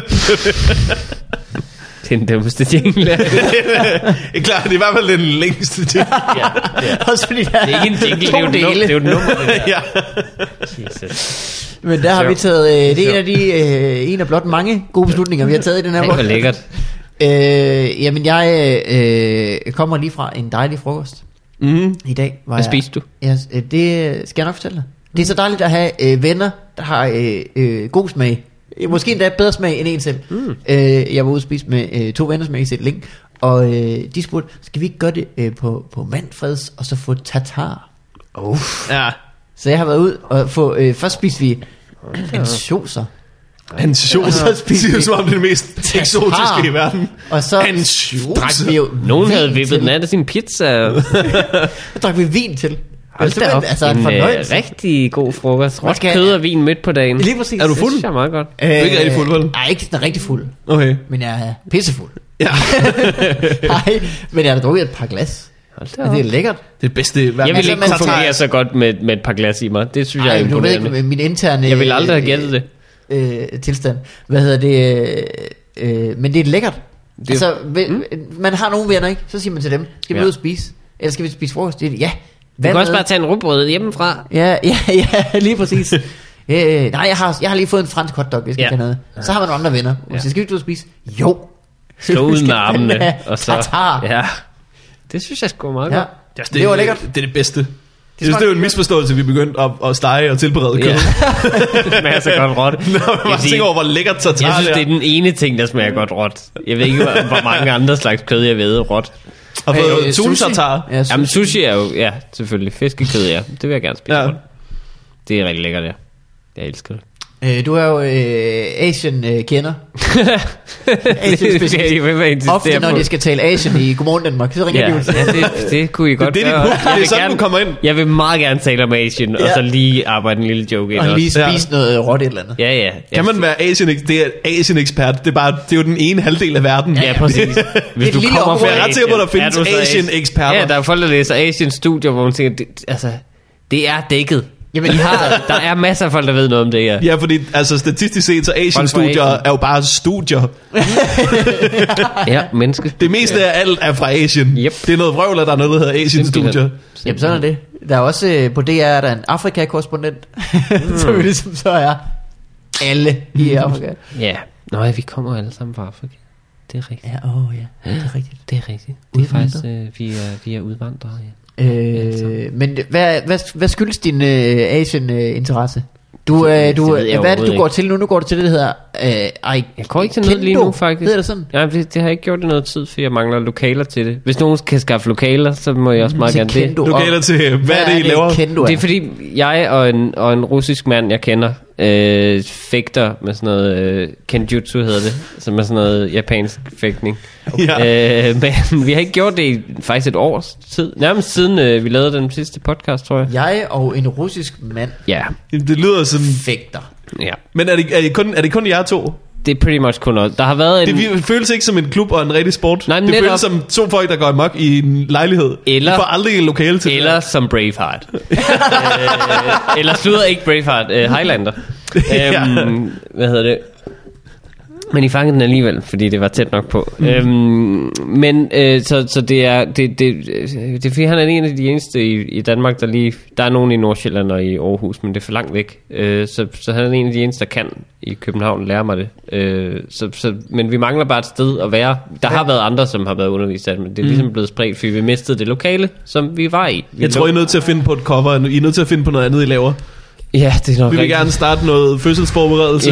Det er den dummeste jingle. Det er klart, det er i hvert fald den længste ting. Ja, ja. Også fordi der Det er ikke en jingle, det er jo, to det, dele. det er jo et nummer, det der. Ja. Jesus. Men der har Så. vi taget, øh, det er en af de, øh, en af blot mange gode beslutninger, vi har taget i den her Ej, hvor podcast. lækkert. Øh, jamen jeg øh, kommer lige fra en dejlig frokost Mm. i dag. Var Hvad jeg- spiste du? Ja, øh, det skal jeg nok fortælle dig. Det er så dejligt at have øh, venner, der har øh, øh, god smag. Øh, Måske endda bedre smag end en selv. Mm. Øh, jeg var ude at spise med øh, to venner, som jeg ikke set længe. Og øh, de spurgte, skal vi ikke gøre det øh, på, på Manfreds, og så få tartar? Uff. Ja. Så jeg har været ud og få, øh, først spiste vi ansjoser. Ansjoser. Og så Det spiste siger vi som om det er det mest eksotiske i verden. Og så Ansjoser. drak vi jo Nogen vin havde vippet til. den af sin pizza. Så drak vi vin til. Hold da op. Altså en En øh, fornøjelse. rigtig god frokost. Man Råt skal- kød og vin midt på dagen. Lige præcis. Er du Det fuld? synes jeg er meget godt. Øh, er ikke rigtig fuld, vel? Nej, ikke sådan rigtig fuld. Okay. Men jeg er pissefuld. Ja. Nej, men jeg har da drukket et par glas. Hold da Og op. det er lækkert. Det er det bedste. Jeg vil Altså, ikke man kunne tager- fungere så godt med, med et par glas i mig. Det synes jeg er Ej, du ved imponerende. ikke, min interne Jeg vil aldrig have gættet det. øh, tilstand. Hvad hedder det? Øh, men det er lækkert. Det- Altså, mm. man har nogle venner, ikke? Så siger man til dem, skal vi Ja. ud og spise? Eller skal vi spise frokost? Det er, ja. Du kan også bare tage en rugbrød hjemmefra. Ja, ja, ja, lige præcis. øh, nej, jeg har, jeg har lige fået en fransk hotdog, jeg skal Ja. ja. noget. Så har man nogle andre venner. Ja. Ja. Så skal vi ud og spise? Jo. Slå Vi ud skal med armene. fandme have Og så, tartar. ja. Det synes jeg sgu er meget Ja, godt. Ja, det, Det var lækkert. Det er det bedste. Det, det, smagte det er jo en godt. misforståelse, vi er begyndt at, at stege og tilberede kød. Ja. Det smager så godt råt. Når man bare sige- tænker over, hvor lækkert tartar Jeg synes, det det er. er den ene ting, der smager godt råt. Jeg ved ikke, hvor hvor mange andre slags kød, jeg ved råt. Og fået Øh, tun sushi. tartar. Ja, Jamen, sushi er jo, ja, selvfølgelig. Fiskekød, ja. Det vil jeg gerne spise. Ja. Ja. Det er rigtig lækkert, ja. Jeg elsker det. Øh, du er jo øh, Asian-kender. Det skal I ved med at insistere Ofte når på. de skal tale Asian i Godmorgen Danmark, så ringer Ja, de ud til. ja det, det kunne I godt Det er dit gøre. hook. Jeg Det vil er sådan, gerne- du kommer ind. Jeg vil meget gerne tale om Asien, og Ja. så lige arbejde en lille joke ind Og lige også. spise noget råt et eller andet. Ja, ja. Kan man være Asian, det er Asian-ekspert? Det er, bare, det er jo den ene halvdel af verden. Ja, præcis. Hvis Det er du et lille kommer område. fra Jeg er ret sikker på, at der Asien, findes er du så Asian-eksperter. Ja, der er folk, der læser Asian-studier, hvor man tænker, det, altså, det er dækket. Jamen, De har, der er masser af folk, der ved noget om det her. Ja, fordi altså, statistisk set, så Asian-studier Asien. er jo bare studier. Ja, menneske. Det meste af alt er fra Asien. Yep. Det er noget vrøvl, at der er noget, der hedder Asian-studier. Jamen sådan er det. Der er også øh, på D R er der en Afrika-korrespondent, som jo ligesom så er alle i Afrika. Ja. Nå ja, vi kommer alle sammen fra Afrika. Det er rigtigt. Ja, åh oh, ja, det er rigtigt. Det er rigtigt. Det er faktisk, øh, vi, er, vi er udvandrere, ja. Øh, men hvad, hvad, hvad skyldes din øh, Asian-interesse? Du, øh, Det- du, det ved jeg øh, hvad er det, du overhovedet går til nu? Nu går du til det, der hedder øh, Ai- Jeg går ikke til noget lige nu, faktisk. Hedder det sådan? Ja, det, det har jeg ikke gjort i noget tid, for jeg mangler lokaler til det. Hvis nogen kan skaffe lokaler, så må jeg også meget Til gerne det. kendo. Du Og gælder til, hvad er det, I laver? Kendo er? Det er fordi, jeg og en, og en russisk mand, jeg kender, øh, fægter med sådan noget, øh, kenjutsu hedder det, som er sådan noget japansk fægtning. Ja. Øh, men vi har ikke gjort det i faktisk et års tid. Nærmest siden øh, vi lavede den sidste podcast, tror jeg. Jeg og en russisk mand Ja, Det lyder sådan... fægter. ja. Men er det, er det, kun, er det kun jer to? Det er pretty much kun noget. Der har været en... Det vi- føles ikke som en klub og en rigtig sport. Nej, det netop. føles som to folk, der går amok i en lejlighed. Eller- De får aldrig en lokale til Eller som Braveheart. øh, eller slutter ikke Braveheart, øh, Highlander. Ja. øhm, hvad hedder det? Men I fangede den alligevel, fordi det var tæt nok på. Mm. Øhm, men øh, så, så det er det, det, det er fordi han er en af de eneste i, i Danmark, der lige... Der er nogen i Nordsjælland og i Aarhus, men det er for langt væk. Øh, så, så han er en af de eneste, der kan i København lære mig det. Øh, så, så, men vi mangler bare et sted at være. Der har været andre, som har været undervist af det, men det er ligesom blevet spredt, fordi vi mistede det lokale, som vi var i. Vi Jeg tror, I er nødt til at finde på et cover. I er nødt til at finde på noget andet, I laver. Ja, det er nok Vi vil rigtigt. gerne starte noget fødselsforberedelse. Ja.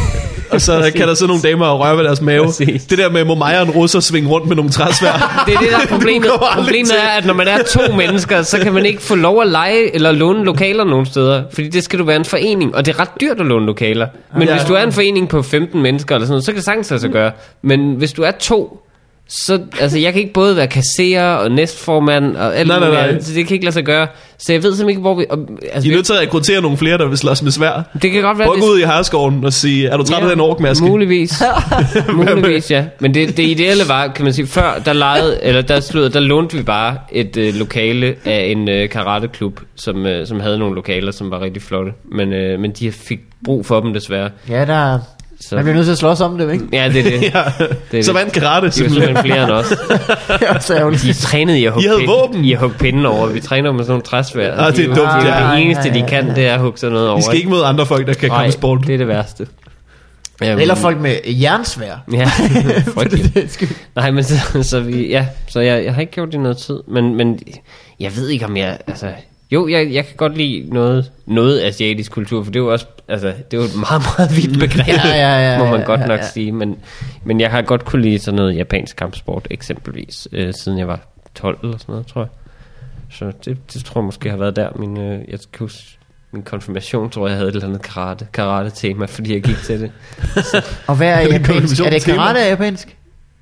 Og så kan der sidde nogle damer og røre ved deres mave. Præcis. Det der med, må mig og en russer svinge rundt med nogle træsvær. Det er det, der er problemet. Du kommer aldrig Problemet til. er, at når man er to mennesker, så kan man ikke få lov at lege eller låne lokaler nogen steder. Fordi det skal du være en forening, og det er ret dyrt at låne lokaler. Men Ja. hvis du er en forening på femten mennesker eller sådan noget, så kan det sagtens lade sig gøre. Men hvis du er to, så altså, jeg kan ikke både være kasserer og næstformand og alt Nej, nej, muligt nej. andet, så det kan ikke lade sig gøre. Så jeg ved simpelthen ikke, hvor vi... Og, altså, I er nødt til at rekruttere nogle flere, der vil slås med svær. det kan godt være, Prøv at det gå ud i herreskoven og sige, er du træt af den orkmaske? Muligvis. Muligvis, ja. Men det, det ideelle var, kan man sige, før der lejede, eller der slutede, der lånte vi bare et øh, lokale af en øh, karateklub, som, øh, som havde nogle lokaler, som var rigtig flotte. Men, øh, men de fik brug for dem desværre. Ja, der, Så, man bliver nødt til at slås om det, ikke? ja, det er det. Ja. det, er Så det. vandt karate, De var simpelthen. simpelthen flere end os. Det er så ærgerligt. De trænede i at hugge, I havde pinde, våben. i at hugge pinden over. Vi træner med sådan nogle træsvær. Ah, det er de, dumt, de, ja. Det eneste, de Ja, ja, kan, ja. det er at hugge sådan noget over. I skal ikke møde andre folk, der kan komme sport. det er det værste. Um, Eller folk med jernsvær. Ja, frygteligt. Det skal- Nej, men så, så vi, ja, så jeg, jeg har ikke gjort det i noget tid, men, men jeg ved ikke om jeg, altså, jo, jeg, jeg kan godt lide noget, noget asiatisk kultur, for det er jo også, altså, det er jo et meget, meget vidt begreb, Ja, ja, ja, må man ja, godt ja, nok ja. sige, men, men jeg har godt kunne lide sådan noget japansk kampsport, eksempelvis, øh, siden jeg var tolv eller sådan noget, tror jeg. Så det, det tror jeg måske har været der, min, øh, jeg kan huske, min konfirmation, tror jeg, jeg havde et eller andet karate, karate-tema, fordi jeg gik til det. Og hvad er Det er japansk? konfirmation Er det tema. karate er japansk?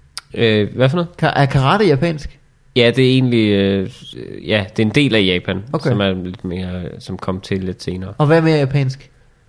Øh, hvad for noget? Ka- Er karate japansk? Ja, det er egentlig, øh, ja, det er en del af Japan, Okay. som er lidt mere, som kom til lidt senere. Og hvad med japansk?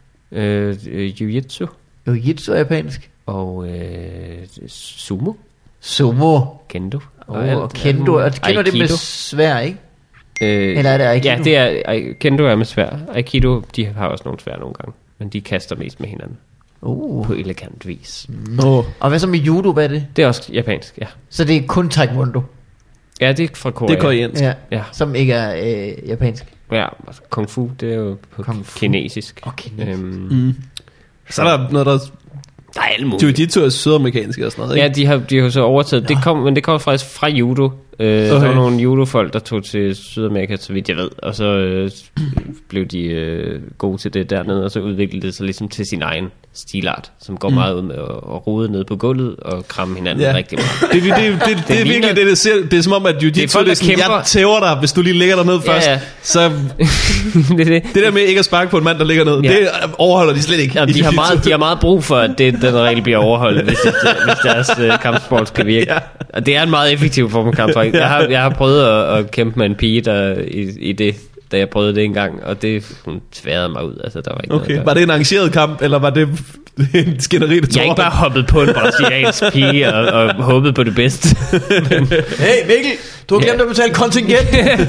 Øh, øh, Jiu-Jitsu Jiu-jitsu er japansk. og øh, sumo, Sumo. kendo. Oh, alt- og kendo. Og kendo det med Aikido. svær, ikke? Øh, Eller er det Aikido? Ja, det er, ai- kendo er med svær. Aikido, de har også nogle svær nogle gange, men de kaster mest med hinanden Uh. på elegant vis. Nå. Og hvad så med judo, hvad er det? Det er også japansk, ja. Så det er kun taekwondo, Ja, det er fra Korea. Det er koreansk. ja, Ja, som ikke er øh, japansk. ja, altså, kung fu, det er jo på Kung fu. kinesisk. Og kinesisk. Øhm, Mm. Så er der noget, der Der er alle mulige. Jiu-jitsu er sydamerikansk og sådan noget, ikke? Ja, de har, de har så overtaget. Det kom, men det kom faktisk fra judo. Øh, okay. Der var nogle judofolk, der tog til Sydamerika, så vidt jeg ved. Og så øh, blev de øh, gode til det dernede, og så udviklede det sig ligesom til sin egen stilart, som går mm. meget ud med at, at rode ned på gulvet og kramme hinanden Ja. rigtig meget. Det, det, det, det, det, det er virkelig det, det ser. Det er som om, at jiu-jitsu, Det er folk, det er sådan, der kæmper. jeg tæver dig, hvis du lige ligger derned Ja, først. ja. Så det, er det. det der med ikke at sparke på en mand, der ligger ned, Ja. det overholder de slet ikke. Ja, i de, har jiu-jitsu. meget, de har meget brug for, at det, den regel bliver overholdt, hvis, det, hvis deres øh, kampsport skal virke. Ja. Og det er en meget effektiv form for kampsport. Jeg har, jeg har prøvet at, at kæmpe med en pige der, i, i det, da jeg prøvede det en gang, og det hun tværede mig ud. Altså, der var ikke Okay, noget, var det en arrangeret kamp, eller var det en skænderi, der tog jeg har ikke bare hoppet på en brasiliansk pige og, og håbet på det bedste. Men, Hey Mikkel, du har glemt at betale kontingent.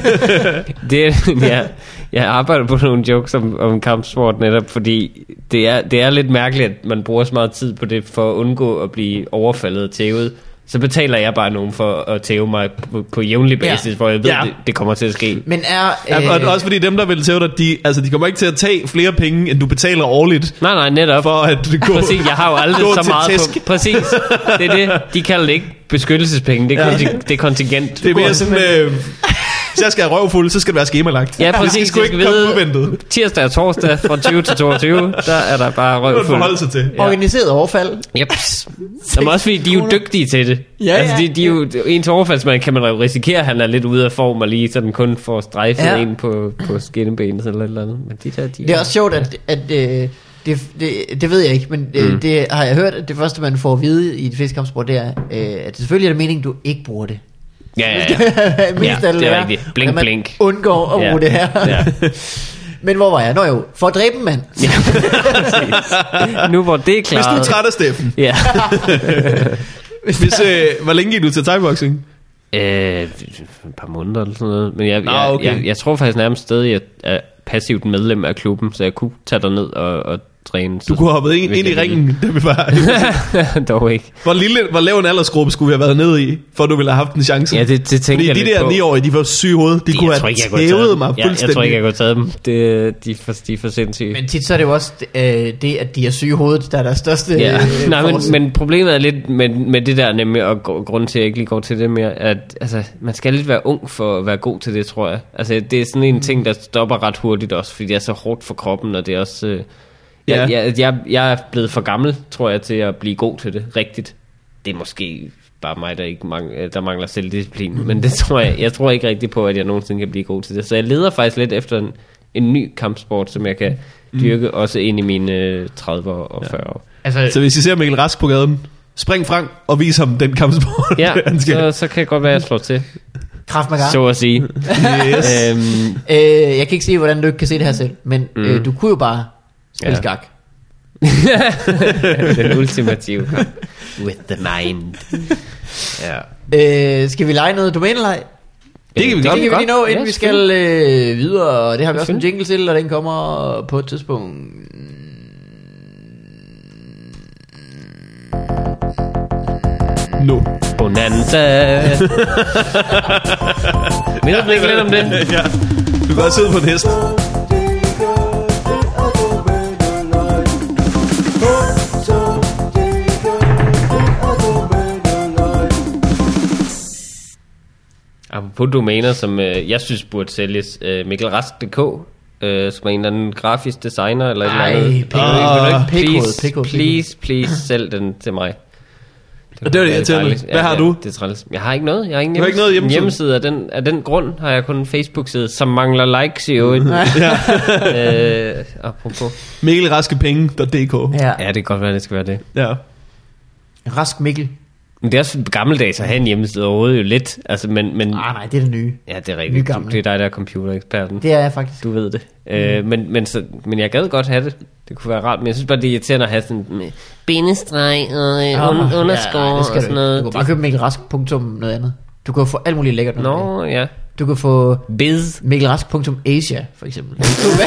det, ja, jeg arbejder på nogle jokes om, om kampsport netop, fordi det er, det er lidt mærkeligt, at man bruger så meget tid på det for at undgå at blive overfaldet og tævet. Så betaler jeg bare nogen for at tæve mig på, på jævnlig basis, Ja. hvor jeg ved, Ja. det, det kommer til at ske. Men er... Ja, og også fordi dem, der vil tæve dig, de, altså, de kommer ikke til at tage flere penge, end du betaler årligt, Nej, nej, netop. for at gå, Præcis, jeg har jo aldrig gå så til meget tæsk. på. Præcis, det er det. De kalder det ikke beskyttelsespenge, det er, Ja. konting, det er kontingent. Det er mere sådan, øh, hvis jeg skal have røvfuld, så skal det være skemalagt. Ja, Det præcis. skal sgu Jeg ikke skal komme vide- uventet. Tirsdag og torsdag fra tyve til toogtyve, der er der bare Det må man røvfuld. forholde sig til. organiseret overfald. Jeps. Som også fordi, de er jo dygtige til det. Ja, altså, de, ja. de er jo, en til overfaldsmand kan man jo risikere, at han er lidt ude af form, og lige sådan kun får strejfet Ja. ja. en på, på skinnebenet eller et eller andet. Men de der, de Det er også sjovt, at, at øh, det, det, det ved jeg ikke, men øh, Mm. det har jeg hørt, at det første, man får at vide i de fleste kampsport, det er, øh, at selvfølgelig er det meningen, du ikke bruger det. Ja, ja, ja. Mest Ja, af det er lærer, rigtigt. Blink, hvordan man blink. undgår at Ja. bruge det her. Ja. Men hvor var jeg? Nå jo, for at dræbe en mand. Ja, præcis. Nu hvor det er Hvis du er klaret. træt af Steffen, Ja. hvis, øh, hvor længe gik du til thai-boxing? Øh, et par måneder eller sådan noget. Men jeg, Nå, jeg, okay. jeg, jeg tror faktisk nærmest stadig, at jeg er passivt medlem af klubben, så jeg kunne tage derned og, og træne. Du kunne have hoppet ind, hvis ind i jeg ville. ringen, da vi var. Dog ikke. Hvor, lille, hvor lav en aldersgruppe skulle vi have været nede i, for at du ville have haft en chance? Ja, det, det tænkte Fordi jeg de lidt der på. ni-årige, de var syge i hovedet. De Jeg kunne tror have ikke, jeg kunne have taget tævet dem. mig Ja, jeg fuldstændig. tror ikke, jeg kunne have taget dem. Det, de, er for, de er for sindssyge. Men tit så er det jo også øh, det, at de er syge i hovedet, der er deres største Ja. øh, Nej, men, forskel. men problemet er lidt med, med det der nemlig, og gr- grunden til, at jeg ikke lige går til det mere, at altså, man skal lidt være ung for at være god til det, tror jeg. Altså, det er sådan en ting, der stopper ret hurtigt også, fordi det er så hårdt for kroppen, og det er også... Øh, Ja. jeg, jeg, jeg, jeg er blevet for gammel, tror jeg, til at blive god til det, rigtigt. Det er måske bare mig, der, ikke mang- der mangler selvdisciplin, men det tror jeg, jeg tror ikke rigtigt på, at jeg nogensinde kan blive god til det. Så jeg leder faktisk lidt efter en, en ny kampsport, som jeg kan dyrke, mm. også ind i mine øh, tredive og fyrre år. Altså, Så hvis I ser Mikkel Rask på gaden, spring frem og vis ham den kampsport, Ja, han skal. så, så kan det godt være, at jeg slår til, Kraft Maga. så at sige. Yes. øhm, Øh, jeg kan ikke se, hvordan du ikke kan se det her selv, men mm. øh, du kunne jo bare spille Ja. skak. den ultimative kamp. With the mind. Ja. Øh, skal vi lege noget domæneleg? Det kan vi Det godt. kan vi lige nå, inden Ja, vi skal øh, videre, og det har vi også en Selvfølgelig. jingle til, og den kommer på et tidspunkt. Nu. Bonanza. Minder du ikke lidt om det? Ja. Du kan også sidde på en hest. Apropos domæner, som øh, jeg synes burde sælges. Øh, Mikkel Rask punktum d k, øh, som er en eller anden grafisk designer eller et Ej, eller andet. pikhoved, Vil du ikke pikhoved, please, pikhoved, please, please sælg den til mig. Og det var det, kunne jeg være tænkte. dejligt. Hvad har ja, du? Det er træls. Jeg har ikke noget. Jeg har ingen Du har ikke noget hjemmeside? hjemmeside. Af den, af den grund har jeg kun en Facebook-side, som mangler likes i øvrigt. øh, apropos. Mikkel Raske Penge punktum d k. Ja. Ja, det kan godt være, det skal være det. Ja. Rask Mikkel. Men det er også gammeldags at have en hjemmeside overhovedet jo lidt. Altså, men, men, Ah, nej, det er det nye. ja, det er rigtigt. Du, Nygamle. det er dig, der er computereksperten. Det er jeg faktisk. Du ved det. Mm. Øh, men, men, så, men jeg gad godt have det. Det kunne være rart. Men jeg synes bare, det er irriterende at have sådan med bindestreg og øh, Ah, un, ja, underscore nej, det skal og du sådan ikke. noget. Du kan bare købe Mikkel Rask punktum noget andet. Du kan jo få alt muligt lækkert noget. Nå, ja. Du kan få Biz. Mikkel Rask punktum asia for eksempel.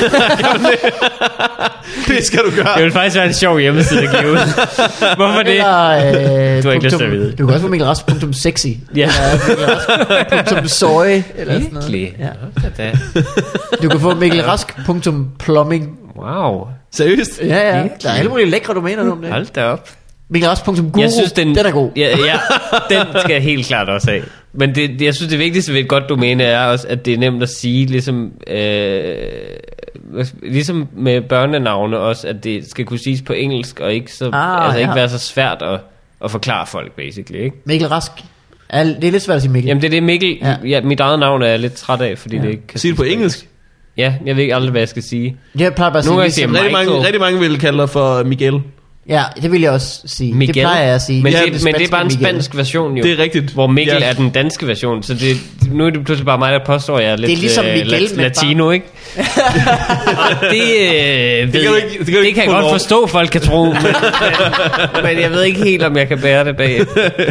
Det skal du gøre. Det ville faktisk være en sjov hjemmeside at give ud. Hvorfor det? Eller, øh, Du har ikke lyst til punktum- at vide. Du kan også få Mikkel Rask punktum sexy. Ja. Eller Mikkel Rask punktum soy. Eller sådan noget. Virkelig? Ja. Ja. Du kan få Mikkel Rask punktum plumbing. Wow. Seriøst? Ja, ja. Virkelig? Der er alle mulige lækre domæner om det. Hold da op. Mikkelrask.guru, Jeg synes, den, den er god. Ja, ja, den skal jeg helt klart også have. Men det, jeg synes, det vigtigste ved et godt domæne er også, at det er nemt at sige, ligesom, øh, ligesom med børnenavne også, at det skal kunne siges på engelsk, og ikke, så, Ah, altså ikke ja. være så svært at, at forklare folk, basically, ikke? Mikkel Rask. Er, det er lidt svært at sige Mikkel. Jamen det er det, Mikkel, Ja. ja. Ja, mit eget navn er jeg lidt træt af, fordi Ja. det ikke kan Sig det på siges engelsk. Ja, jeg ved ikke aldrig, hvad jeg skal sige. Jeg plejer bare at sige, Nogle gange ligesom- siger Rigtig mange, Michael. rigtig mange vil kalde dig for Miguel. Ja, det vil jeg også sige. Miguel. Det plejer jeg at sige. Men, Ja, det, det men det er spanske bare en Miguel. spansk version jo. Det er rigtigt. Hvor Mikkel Ja. er den danske version. Så det, nu er det pludselig bare mig, der påstår, at jeg er lidt Det er ligesom øh, Miguel, lat- men latino, ikke? Og det, øh, ved, kan du jeg- ikke- det det, kan du det ikke kan jeg få godt lov. forstå, folk kan tro. Men, men, men jeg ved ikke helt, om jeg kan bære det bag.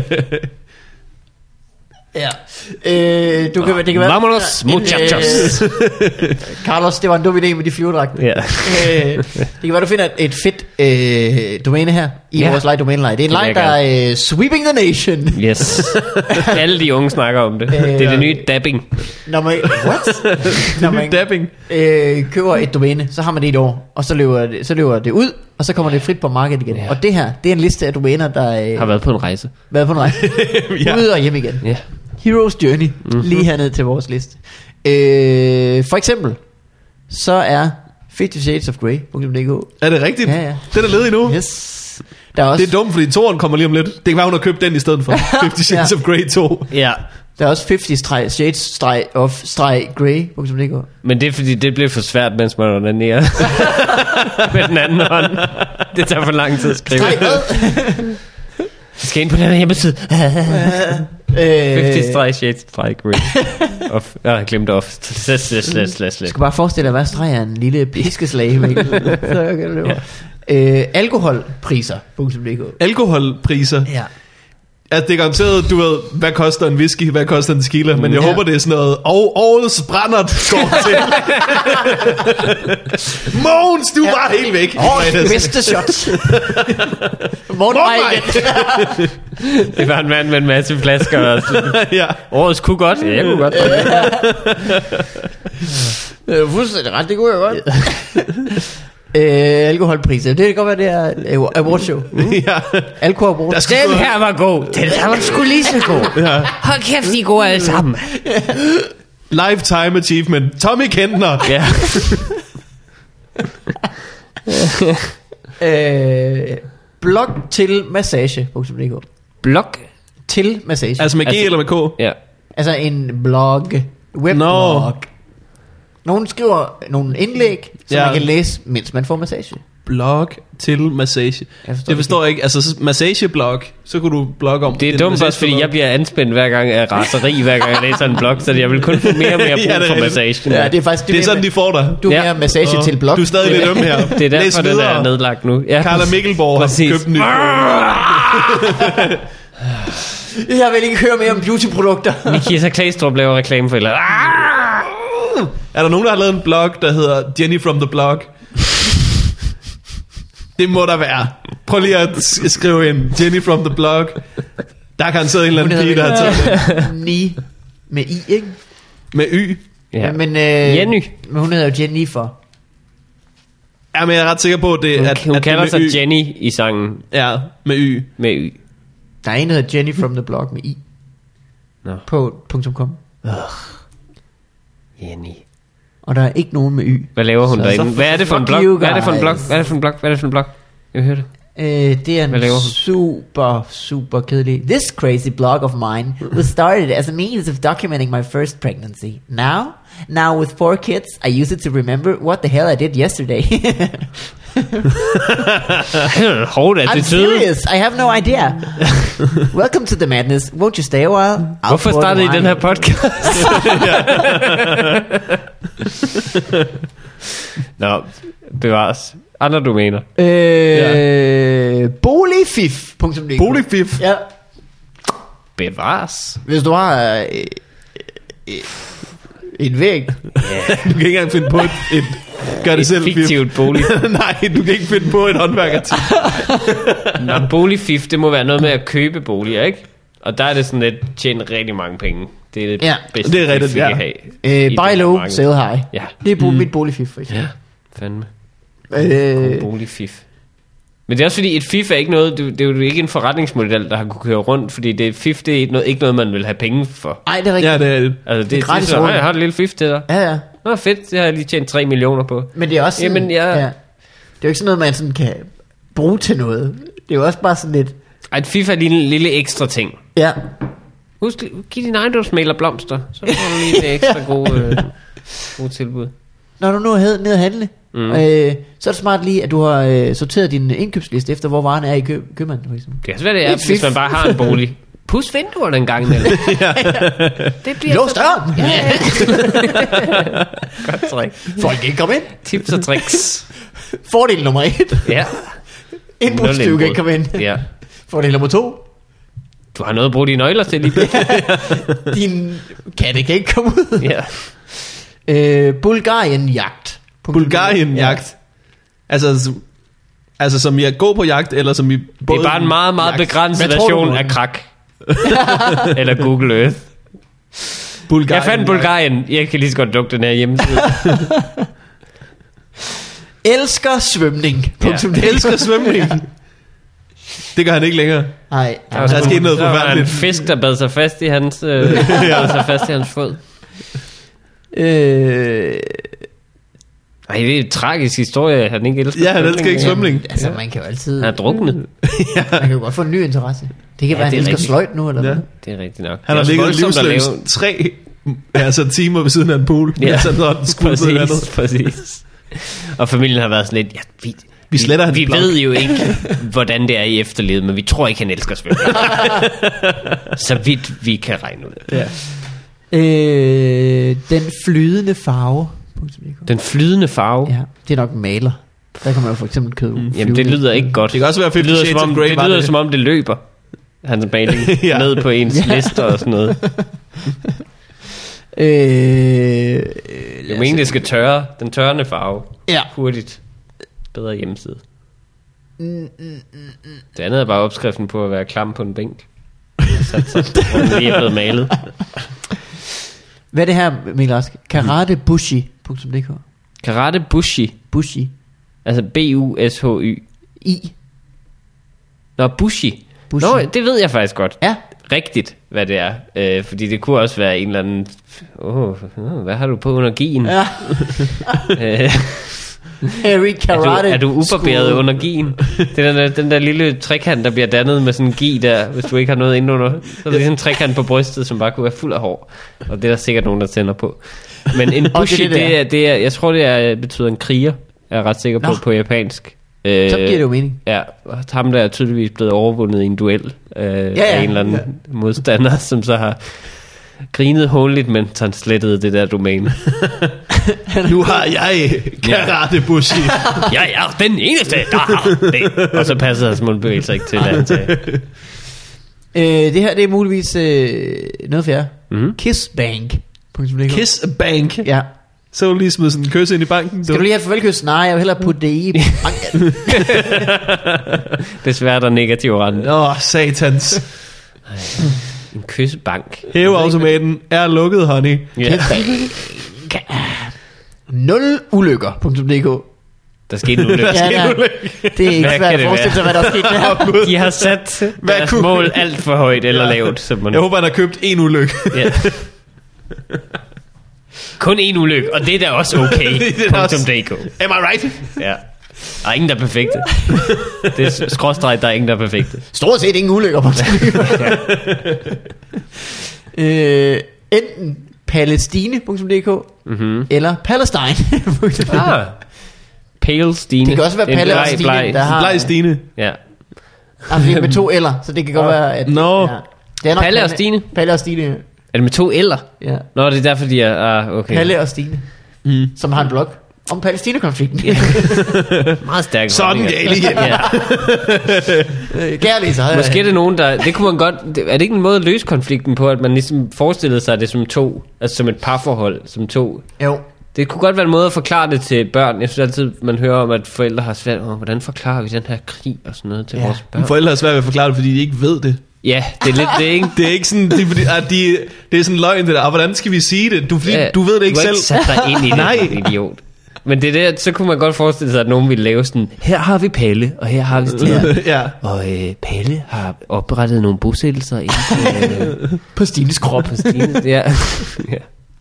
Ja. Øh, du kan, det kan være... Vamonos, en, muchachos. øh, Carlos, det var en dum idé med de flyverdragter. Ja. øh, det kan være, du finder et fedt øh, domæne her i Ja. vores leg domæneleje. Det er en Det leg, vil der jeg er øh, sweeping the nation. Yes. Alle de unge snakker om det. Øh, Det er det nye dabbing. Når man, what? Når man Dabbing. øh, køber et domæne, så har man det i et år, og så løber det, så løber det ud, og så kommer det frit på markedet igen. Ja. Og det her, det er en liste af domæner, der øh, Har været på en rejse. været på en rejse. Ja. Ud og hjem igen. Ja. Hero's Journey, mm-hmm. lige hernede til vores liste. Øh, for eksempel, så er fifty shades of grey punktum d k. Er det rigtigt? Ja, ja. Den er ledig nu. Yes. Der er også, Det er dumt, fordi toeren kommer lige om lidt. Det kan være, hun har købt den i stedet for. Fifty Shades Ja. of Grey to. Ja. der er også fifty shades of grey punktum d k. Men det er fordi, det blev for svært, mens man onanerer. Med den anden hånd. Det tager for lang tid at skrive. Streg hvad? Vi skal ind på den her hjemmeside. øh, fifty shades grey. Off. Jeg har glemt off. Slet, slet, slet, slet, Du slet. skal bare forestille dig, hvad streg er en lille piskeslag. Mikkel. Så kan det løbe. Øh, alkoholpriser punktum d k. Alkoholpriser. Ja. Altså, det er garanteret, du ved, hvad koster en whisky, hvad koster en tequila, men jeg Ja. håber, det er sådan noget, og årets brændert går til. Mogens, du Ja. var helt væk. Årets bedste shot. Morgen mig igen. Det var en mand med en masse flasker. Og Ja. årets kunne godt. Ja, jeg kunne godt. Øh, fuldstændig ret, det kunne jeg godt. øh, alkoholpriser, det kan godt være, det er øh, awardshow. Ja. Alkohol award. Der skal Den gå- her var god. Den her var sgu lige så god. Ja. Hold kæft, de er gode alle sammen. Lifetime achievement. Tommy Kentner. Ja. øh, blog til massage punktum d k. Blog. Til massage. Altså, Altså med G Altså- eller med K? Ja. altså en blog. Weblog. Nå. Nogen skriver nogle indlæg, som Ja. man kan læse, mens man får massage. Blog til massage. Jeg forstår Jeg forstår ikke. Altså, så massageblog, så kunne du blogge om. Det er en dumt også, fordi massageblog. jeg bliver anspændt hver gang af raseri, hver gang jeg læser en blog, så jeg vil kun få mere og mere brug Ja, det er for rigtigt. massagen. Ja, det er faktisk Det er sådan, de får dig. Du er Ja. mere massage Åh, til blog. Du er stadig lidt øm her. Det er Læs derfor, den er videre. nedlagt nu. Ja. Carla Mikkelborg har Præcis. købt en ny. Jeg vil ikke høre mere om beautyprodukter. Nikita Klæstrup laver reklame for eller. Er der nogen, der har lavet en blog, der hedder Jenny from the Blog? Det må der være. Prøv lige at s- skrive ind. Jenny from the Blog. Der er garanteret en eller anden pige, der har taget det. Ni med I, ikke? Med Y. Ja. Men, øh, Jenny. Men hun hedder jo Jennifer. Ja, men jeg er ret sikker på, at det, Hun, at, hun at det er kalder med sig Y. Jenny i sangen Ja, med Y. med Y. Der er en, der hedder Jenny from the blog med I. Nå. På .com. Jenny. Og der er ikke nogen med Y. Hvad laver hun Så- derinde? så Hvad er det for en fuck blog? you Hvad er det for en blog? guys. Hvad er det for en blog? Hvad er det for en blog? Jeg hørte det. Øh, det er Hvad laver en hun? super, super kedelig. This crazy blog of mine was started as a means of documenting my first pregnancy. Now, now with four kids, I use it to remember what the hell I did yesterday. Hårdt I'm attitude. serious. I have no idea. Welcome to the madness. Won't you stay a while? I'll Hvorfor pour the startede I wine. den her podcast? Nå, bevares. Andre domæner. Øh, boligfif punktum d k. Boligfif. Ja. Bevares. Hvis du har øh, øh, en væg. Du kan ikke engang finde på et, et gør det Et selv fif. fiktivt bolig. Nej, du kan ikke finde på et håndværkertip. Nå, boligfif, det må være noget med at købe boliger, ikke? Og der er det sådan lidt tjene rigtig mange penge. Det er det Ja, bedste, det er rigtigt, fif, vi ja. kan have. Øh, i det buy her low, marked. sell high. Ja. Det er bo- mit boligfif for eksempel. Ja, fandme. Øh, Boligfif. Men det er også fordi, et FIFA er ikke noget, det, det er jo ikke en forretningsmodel, der har kunne køre rundt, fordi det, FIFA det er ikke noget, ikke noget, man vil have penge for. Nej, det er rigtigt. Ja, det er det. Altså, det, Det er det, gratis det er så, ordning. jeg har et lille FIFA til dig. Ja, ja. Nå, fedt, det har jeg lige tjent tre millioner på. Men det er også sådan, Jamen, jeg- ja, det er jo ikke sådan noget, man sådan kan bruge til noget. Det er jo også bare sådan lidt... Ej, et FIFA er lige en lille ekstra ting. Ja, Husk, giv din ejendomsmægler blomster, så får du lige det ekstra gode, øh, gode tilbud. når du nu er nede at handle, Mm. mm. øh, så er det smart lige, at du har øh, sorteret din indkøbsliste efter, hvor varen er i kø- købmanden, for eksempel. Det kan også være, det er, Et hvis fif. man bare har en bolig. Pus vinduerne en gang imellem. Det bliver Lås så- døren! Ja, ja. Godt træk. Folk kan ikke komme ind. Tips og tricks. Fordel nummer et. Ja. Indbrudstyve Nul kan ikke komme ind. Ja. Fordel nummer to. Du har noget at bruge dine nøgler til lige pludselig. Din katte kan ikke komme ud. Ja. Øh, Bulgarien-jagt. Bulgarien-jagt. Altså, som- altså som i at gå på jagt, eller som i Det er bare en meget, meget jagt. begrænset Hvad tror du, version Morten? af krak. Eller Google Earth. Bulgarien. Jeg fandt Bulgarien. Jeg kan lige så godt lukke den her hjemmeside. Elsker svømning. Ja. Punktum Jeg elsker svømning. Det gør han ikke længere. Nej, Der, var Der er sgu- sket noget der var en forfærdeligt. fisk, der bad sig fast i hans, øh, bad sig fast i hans fod. øh, Ej, det er en tragisk historie, at han ikke elsker Ja, han elsker ikke svømning. altså, man kan jo altid... Han er druknet. Man kan jo godt få en ny interesse. Det kan Ja, være, han det er elsker rigtigt. sløjt nu, eller Ja. hvad? Det er rigtigt nok. Han har Det er ligget også voldsomt at livsløs lave- tre altså, timer ved siden af en pool. Ja, Ja, sådan noget, skuld på præcis, præcis. Og familien har været sådan lidt, ja, vi, Vi sletter hans vi blog. ved jo ikke, hvordan det er i efterlivet, men vi tror ikke, han elsker svømning. Så vidt vi kan regne ud. Ja. Øh, den flydende farve. Punktum D K. Den flydende farve. Ja, det er nok en maler. Der kan man jo for eksempel købe mm. Jamen, det lyder ikke godt. Det kan også være Det Fifty lyder, Shades som of om, Grey. det var lyder som om, det løber. Hans maling Ja. ned på ens Ja. lister og sådan noget. Øh, Jeg mener, det skal tørre. Den tørrende farve. Ja. Hurtigt. Bedre hjemmeside. Det andet er bare opskriften på at være klam på en bænk. Sat sig, hvor den lige er blevet malet. Hvad er det her, Mikkel Rask? Karate Bushi. Punktum D K. Karate Bushi. Bushi. Altså B U S H Y. I. Nå, Bushi. Bushi. Nå, det ved jeg faktisk godt. Ja. Rigtigt, hvad det er. Øh, fordi det kunne også være en eller anden... Åh, oh, hvad har du på under gien? Ja. Øh, Harry er, Karate du, er du ubarberet School. under gien? Det er den der, den der lille trekant, der bliver dannet med sådan en gi der, hvis du ikke har noget inde under. Så er det sådan en trekant på brystet, som bare kunne være fuld af hår. Og det er der sikkert nogen, der tænder på. Men en Og bushi, det er det, det, der. er, det er, jeg tror, det er, betyder en kriger. Jeg er ret sikker på Nå. på japansk. Øh, Så giver det jo mening. Ja, og ham der er tydeligvis blevet overvundet i en duel øh, ja, ja, af en eller anden ja. ja. modstander, som så har grinet hånligt, men han slettede det der domæne. Nu har jeg Karate Bushi. Jeg er den eneste, der har det. Og så passede hans mundbevægelser ikke til, hvad han sagde. Øh, det her, det er muligvis øh, noget for jer. Mhm. Kiss Bank. Punktum D K. Kiss a bank. Ja. Så vil du lige smide sådan en kys ind i banken. Skal du lige have farvelkys? Nej, jeg vil hellere putte det i banken. Desværre der er negativ rente. Åh, oh, satans. En kyssebank. Hæveautomaten er lukket, honey. Ja. Kiss Bank. Nul ulykker. Punktum D K. Der skete en ulykke. Ja, nej, det er ikke Hvad svært kan at det forestille sig, hvad der er sket der. De har sat Hvad deres kunne- mål alt for højt eller lavt. Så man, Jeg håber, han har købt en ulykke. ja. Kun én ulykke, og det er da også okay. Det er da også- Punktum D K. Am I right? Ja. Der er ingen, der er perfekte. Det er skråstreg, der er ingen, der er perfekte. Stort set ingen ulykker. Punktum D K. øh, enten Palæstine. Punktum D K. Mm-hmm. Eller Palestine. Punktum. Ah. Pale Stine. Det kan også være Det er en Palle og bleg, Stine, bleg. der har... Bleg Stine. Ja. Altså, det er med to eller, så det kan godt være, at... Nå. Ja. Det er nok Palle og Stine? Palle og Stine, Er det med to eller? ja. Nå, det er derfor, de er... Ah, okay. Palle og Stine, Mm. som har en blog om Palæstina-konflikten. Ja. Meget stærke Sådan holdninger. galt igen. Ja. Øh, Kære læser. Måske er det nogen, der... Det kunne man godt... det- Er det ikke en måde at løse konflikten på, at man ligesom forestillede sig det som to... Altså som et parforhold, som to... Jo. Det kunne godt være en måde at forklare det til børn. Jeg synes altid, man hører om, at forældre har svært... Åh, hvordan forklarer vi den her krig og sådan noget til Ja. vores børn? Forældre har svært ved at forklare det, fordi de ikke ved det. Ja, det er lidt det, ikke? Det er ikke sådan, det er, fordi, at de, det er sådan løgn det der. Og hvordan skal vi sige det? Du, fordi, Ja, du ved det ikke du har selv. ikke sat dig ind i det, Nej. idiot. Men det der, så kunne man godt forestille sig, at nogen ville lave sådan, her har vi Palle, og her har vi Stine. Ja. Og øh, Palle har oprettet nogle bosættelser inden for, øh, På Stines krop. på Stine. Ja. Ja.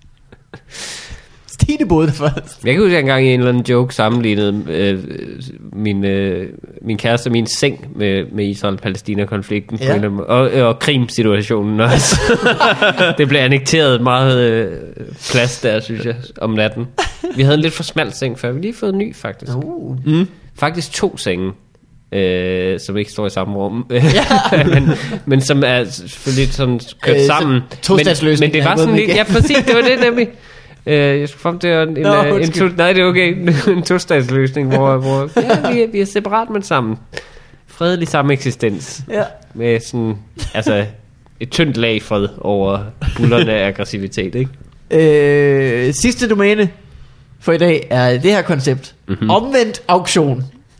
Stine boede der først. Jeg kan huske, at jeg engang i en eller anden joke sammenlignede øh, min, øh, min kæreste og min seng med, med Israel-Palæstina-konflikten Ja. ja. og, og Krim-situationen også. Det blev annekteret meget øh, plads der, synes jeg, om natten. Vi havde en lidt for smal seng før. Vi har lige fået en ny, faktisk. Uh. Mm. Faktisk to senge, øh, som ikke står i samme rum, men, men som er selvfølgelig sådan kørt Øh, så sammen. tostatsløsning Men, men det er var gået sådan med lidt, ja igen. præcis, det var det nemlig. Øh, jeg skulle frem til en, en, Nå, en, en undskyld. to, nej det er okay, en tostatsløsning, hvor, hvor ja, vi, er, vi er separat, men sammen. Fredelig sameksistens. Ja. Med sådan, altså et tyndt lag fred over bullerne af aggressivitet, ikke? Øh, sidste domæne for i dag er det her koncept. Mm-hmm. Omvendt auktion.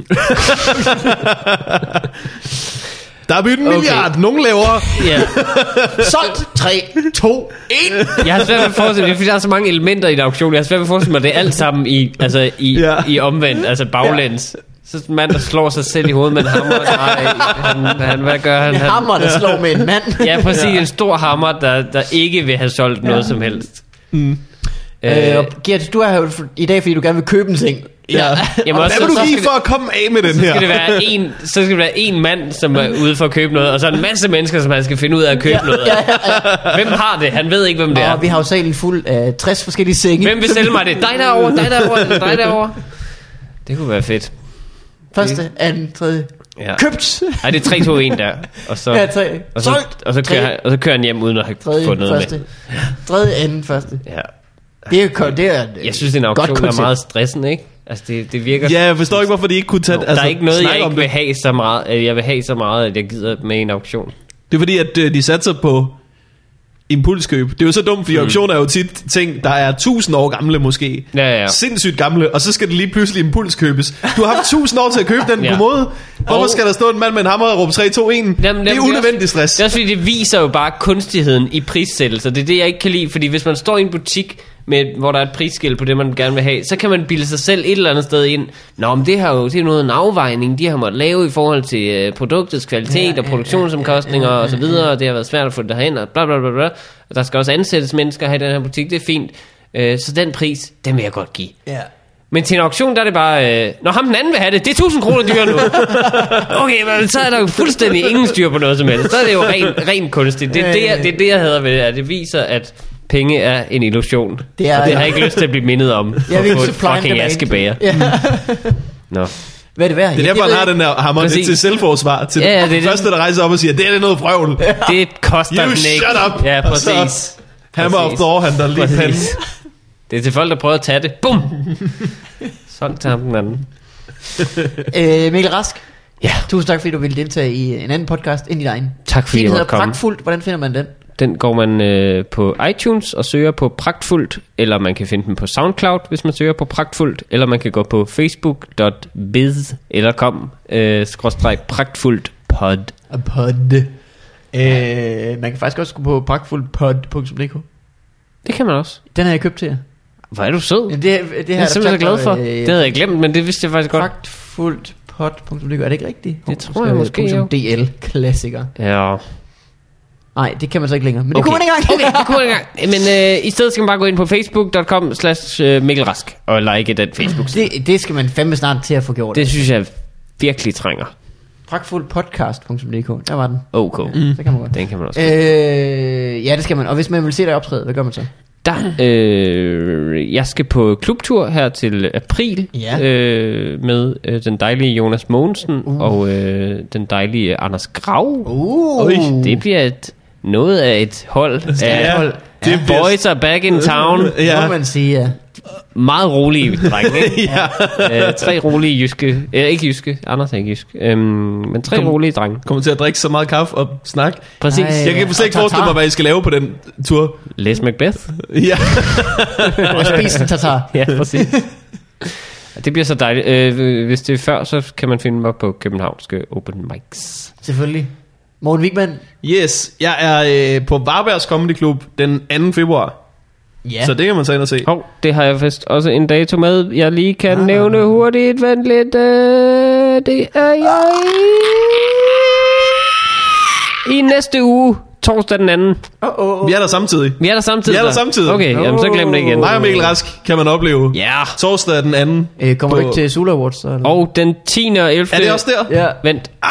Der er byttet en Okay. milliard. Nogen laver... Ja. Solgt. tre, to, et. Jeg har svært ved at forestille mig, fordi der er så mange elementer i en auktion. Jeg har svært ved at forestille mig, at det er alt sammen i, altså i, Ja. i omvendt, altså baglæns. Så en mand, der slår sig selv i hovedet med en hammer. Nej, han, han, hvad gør han? En han hammer, der slår med en mand. ja, præcis. En stor hammer, der, der ikke vil have solgt noget som helst. Mm. Øh, Øh, og Gert, du er her jo i dag, fordi du gerne vil købe en seng. Ja. Jamen også, Hvad vil så du give skal for at komme af med den så her? skal det være en, så skal det være en mand, som er ude for at købe noget, og så en masse mennesker, som han skal finde ud af at købe noget. Ja, ja, Hvem har det? Han ved ikke, hvem det ja. er. Og vi har jo salen fuld af tres forskellige senge. Hvem vil sælge mig det? Dig derovre, dig derovre, eller dig derovre. Det kunne være fedt. Første, anden, tredje. Ja. Købt. Ej, det er tre to et der. Og så, Ja, tre. og så, Solgt. og så, kører, Tre. han, og så kører han hjem uden at have Tredje, fået noget første. med. Tredje, anden, første. Ja. Det er, ko- det er et, Jeg synes, en godt auktion er koncept. meget stressende, ikke? Altså, det, det virker... Ja, jeg forstår ikke, hvorfor de ikke kunne tage... der altså, er ikke noget, jeg snakke om ikke vil det. have så meget, at jeg vil have så meget, at jeg gider med i en auktion. Det er fordi, at øh, de satser på impulskøb. Det er jo så dumt, fordi mm. auktioner er jo tit ting, der er tusind år gamle måske. Ja, ja. Sindssygt gamle, og så skal det lige pludselig impulskøbes. Du har haft tusind år til at købe den Ja. kommode. Hvorfor Og- skal der stå en mand med en hammer og råbe tre to et? Jamen, Det er jamen, unødvendig også- stress. Det er også fordi, det viser jo bare kunstigheden i prissættelser. Det er det, jeg ikke kan lide. Fordi hvis man står i en butik, med, hvor der er et prisskilt på det, man gerne vil have, så kan man bilde sig selv et eller andet sted ind. Nå, men det, har jo, det er noget en afvejning, de har måttet lave i forhold til uh, produktets kvalitet Ja, ja, og ja, produktionsomkostninger ja, ja, ja, og så videre, og det har været svært at få det derhen, og bla bla bla bla. Og der skal også ansættes mennesker her i den her butik, det er fint. Uh, så den pris, den vil jeg godt give. Ja. Men til en auktion, der er det bare... Øh, når ham den anden vil have det, det er tusind kroner dyrere nu. Okay, men så er der jo fuldstændig ingen styr på noget som helst. Så er det jo rent ren kunstigt. Det er det, jeg, det, er det, jeg hader ved det, at det viser, at penge er en illusion. Det er- og det har jeg ikke lyst til at blive mindet om. Jeg at vil få et supply and fucking demand. askebager. Ja. Nå. Hvad er det værd? Det er derfor, han har den der hammer. Det er Præcis. til selvforsvar. Til Ja, ja, den det er det. første, der rejser op og siger, det er noget frøvl. Det koster You den ikke. shut up. Ja, Og så- præcis. Hammer of Præcis. Thor, han der lige Præcis. panden. Det er til folk, der prøver at tage det. Bum! Sådan tager den anden. Øh, Mikkel Rask. Ja. Tusind tak, fordi du ville deltage i en anden podcast end i din egen. Tak fordi Den jeg hedder måtte komme. Pragtfuldt. Hvordan finder man den? Den går man øh, på iTunes og søger på Pragtfuldt, eller man kan finde den på SoundCloud, hvis man søger på Pragtfuldt, eller man kan gå på facebook punktum biz eller kom øh, skråstreg pragtfuldt pod. A pod. Øh, man kan faktisk også gå på pragtfuldpod punktum d k. Det kan man også. Den har jeg købt til jer. Hvor er du sød. Det, det her, Jeg er simpelthen glad for. Øh, Det havde jeg glemt, men det vidste jeg faktisk godt. Pragtfuldpod punktum d k. Er det ikke rigtigt? Det tror jeg måske, Punktum D L. Klassiker. Ja. Nej, det kan man så ikke længere. Men det Okay. kunne man ikke engang. Okay, det kunne man ikke engang. Men øh, i stedet skal man bare gå ind på facebook punktum com slash Mikkel Rask og like den Facebook. det, det skal man fandme snart til at få gjort. Det synes jeg virkelig trænger. Pragtfuldpodcast punktum d k. Der var den. Ok. Mm. Det kan man godt. Den kan man også. Øh, ja, det skal man. Og hvis man vil se dig optræde, hvad gør man så? Der, øh, jeg skal på klubtur her til april Ja. øh, med øh, den dejlige Jonas Mogensen Uh. og øh, den dejlige Anders Grav. Uh. Det bliver et, noget af et hold af Ja, hold. det Ja. bliver- Boys are back in town. Ja. Må man sige, ja. Meget rolige drenge, ikke? Ja. øh, tre rolige jyske, øh, ikke jyske, Anders er ikke jysk, øhm, men tre Kom. rolige drenge. Kommer til at drikke så meget kaffe og snakke. Præcis. Ej. Jeg kan slet ikke Og forestille tartar. mig, hvad I skal lave på den tur. Les Macbeth. Ja. Og spise en tartar. Ja, præcis. Det bliver så dejligt. Øh, hvis det er før, så kan man finde mig på københavnske open mics. Selvfølgelig. Morten Wigman. Yes, jeg er øh, på Varbergs Comedy Club den anden februar. Ja. Så det kan man tage ind og se. Hov, det har jeg vist også en dato med. Jeg lige kan Ah. nævne hurtigt. Vent lidt. Øh, det er jeg... I næste uge, torsdag den anden. Oh, oh. Vi er der samtidig. Vi er der samtidig. Vi er der så? samtidig. Okay, jamen, så glem det igen. Mig og Mikkel Rask kan man opleve. Ja. Torsdag den anden. Øh, kommer på- du ikke til Sula Awards? Så, eller? Og den tiende og ellevte... Er det også der? Ja. Vent. Ah,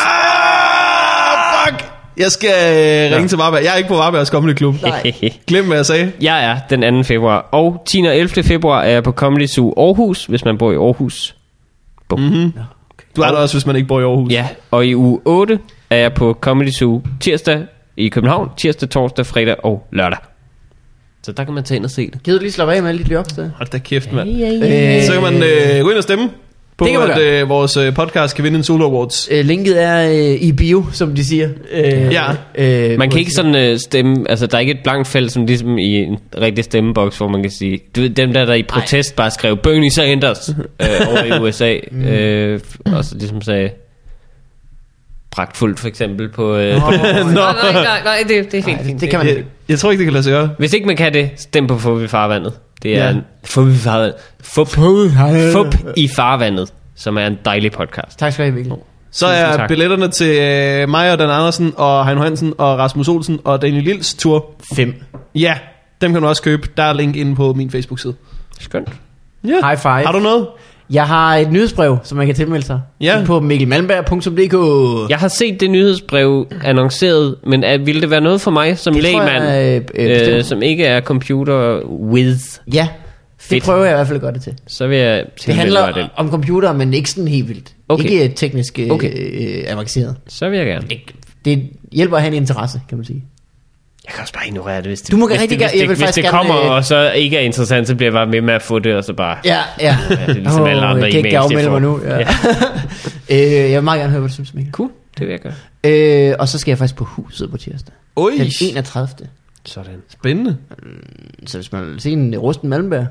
fuck! Jeg skal øh, ringe til Varberg. Jeg er ikke på Varbergs Comedy Club. Nej. Glem, hvad jeg sagde. Jeg er den anden februar. Og tiende og ellevte februar er jeg på Comedy Zoo Aarhus, hvis man bor i Aarhus. Bum. Mm-hmm. Du er der også, hvis man ikke bor i Aarhus. Ja, og i uge otte er jeg på Comedy Zoo tirsdag i København. Tirsdag, torsdag, fredag og lørdag. Så der kan man tage ind og se det. Gider du lige slappe af med alle de jobs der? Hold da kæft, mand. Øh, Så kan man øh, gå ind og stemme på, Det kan man at øh, vores øh, podcast kan vinde en Solo Awards. Øh, linket er øh, i bio, som de siger. Øh, Ja. øh, Man på- kan ikke sådan øh, stemme, altså der er ikke et blankt felt, som ligesom i en rigtig stemmeboks, hvor man kan sige, du ved, dem der, der i protest bare skrev, Bernie Sanders, øh, over i U S A, øh, og så ligesom sagde, pragtfuldt for eksempel på... Øh, Nå, nej, nej, nej, nej, det, det er fint. Nej, fint. det kan man Jeg, ikke. jeg tror ikke, det kan lade sig gøre. Hvis ikke man kan det, stem på Fup i farvandet. Det er Ja. en Fup i farvandet. Fup, Fup i farvandet, som er en dejlig podcast. Tak skal du have, Mikkel. Så Tusind er tak. billetterne til øh, mig og Dan Andersen og Heino Hansen og Rasmus Olsen og Daniel Lils tur. Fem. Ja, dem kan du også købe. Der er link inde på min Facebook-side. Skønt. Ja. High five. Har du noget? Jeg har et nyhedsbrev, som man kan tilmelde sig. Ja. På mikkelmalmberg punktum d k. Jeg har set det nyhedsbrev annonceret, men er, ville det være noget for mig som Det tror lægmand, jeg, øh, øh, bestemt. øh, som ikke er computer with, Ja, det Fedt. prøver jeg i hvert fald at gøre det til. så vil jeg Det tilmelde handler mig det. om computer, men ikke sådan helt vildt. Okay. Ikke teknisk øh, Okay. øh, avanceret. Så vil jeg gerne. Det, det hjælper at have en interesse, kan man sige. Jeg kan også bare ignorere det, hvis det, Du må hvis rigtig det, gerne- hvis jeg vil det, hvis faktisk det gerne, kommer, øh, og så ikke er interessant, så bliver jeg bare med med at få det, og så bare... Ja, ja. det er ligesom Åh, alle andre jeg kan ikke e-mails, jeg afmelde får. mig nu. Ja. øh, jeg vil meget gerne høre, hvad du synes, Mikkel. Cool, det vil jeg gøre. Øh, og så skal jeg faktisk på huset på tirsdag. Oj, Den enogtredivte Sådan. spændende. Så hvis man vil se en rusten Malmberg,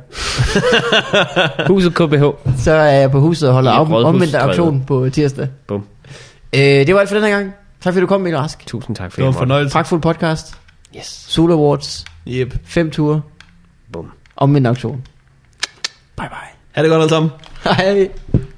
Huset K B H. så er jeg på huset og holder I af, omvendt Rådhusstræde. auktion på tirsdag. Bum. Øh, det var alt for den her gang. Tak fordi du kom, Mikkel Rask. Tusind tak for Det var en det. fornøjelse. Pragtfuld podcast. Yes. Sula Awards. Yep. Fem ture. Bum. Omvendt auktion. Bye bye. Ha' det godt alle sammen. Hej.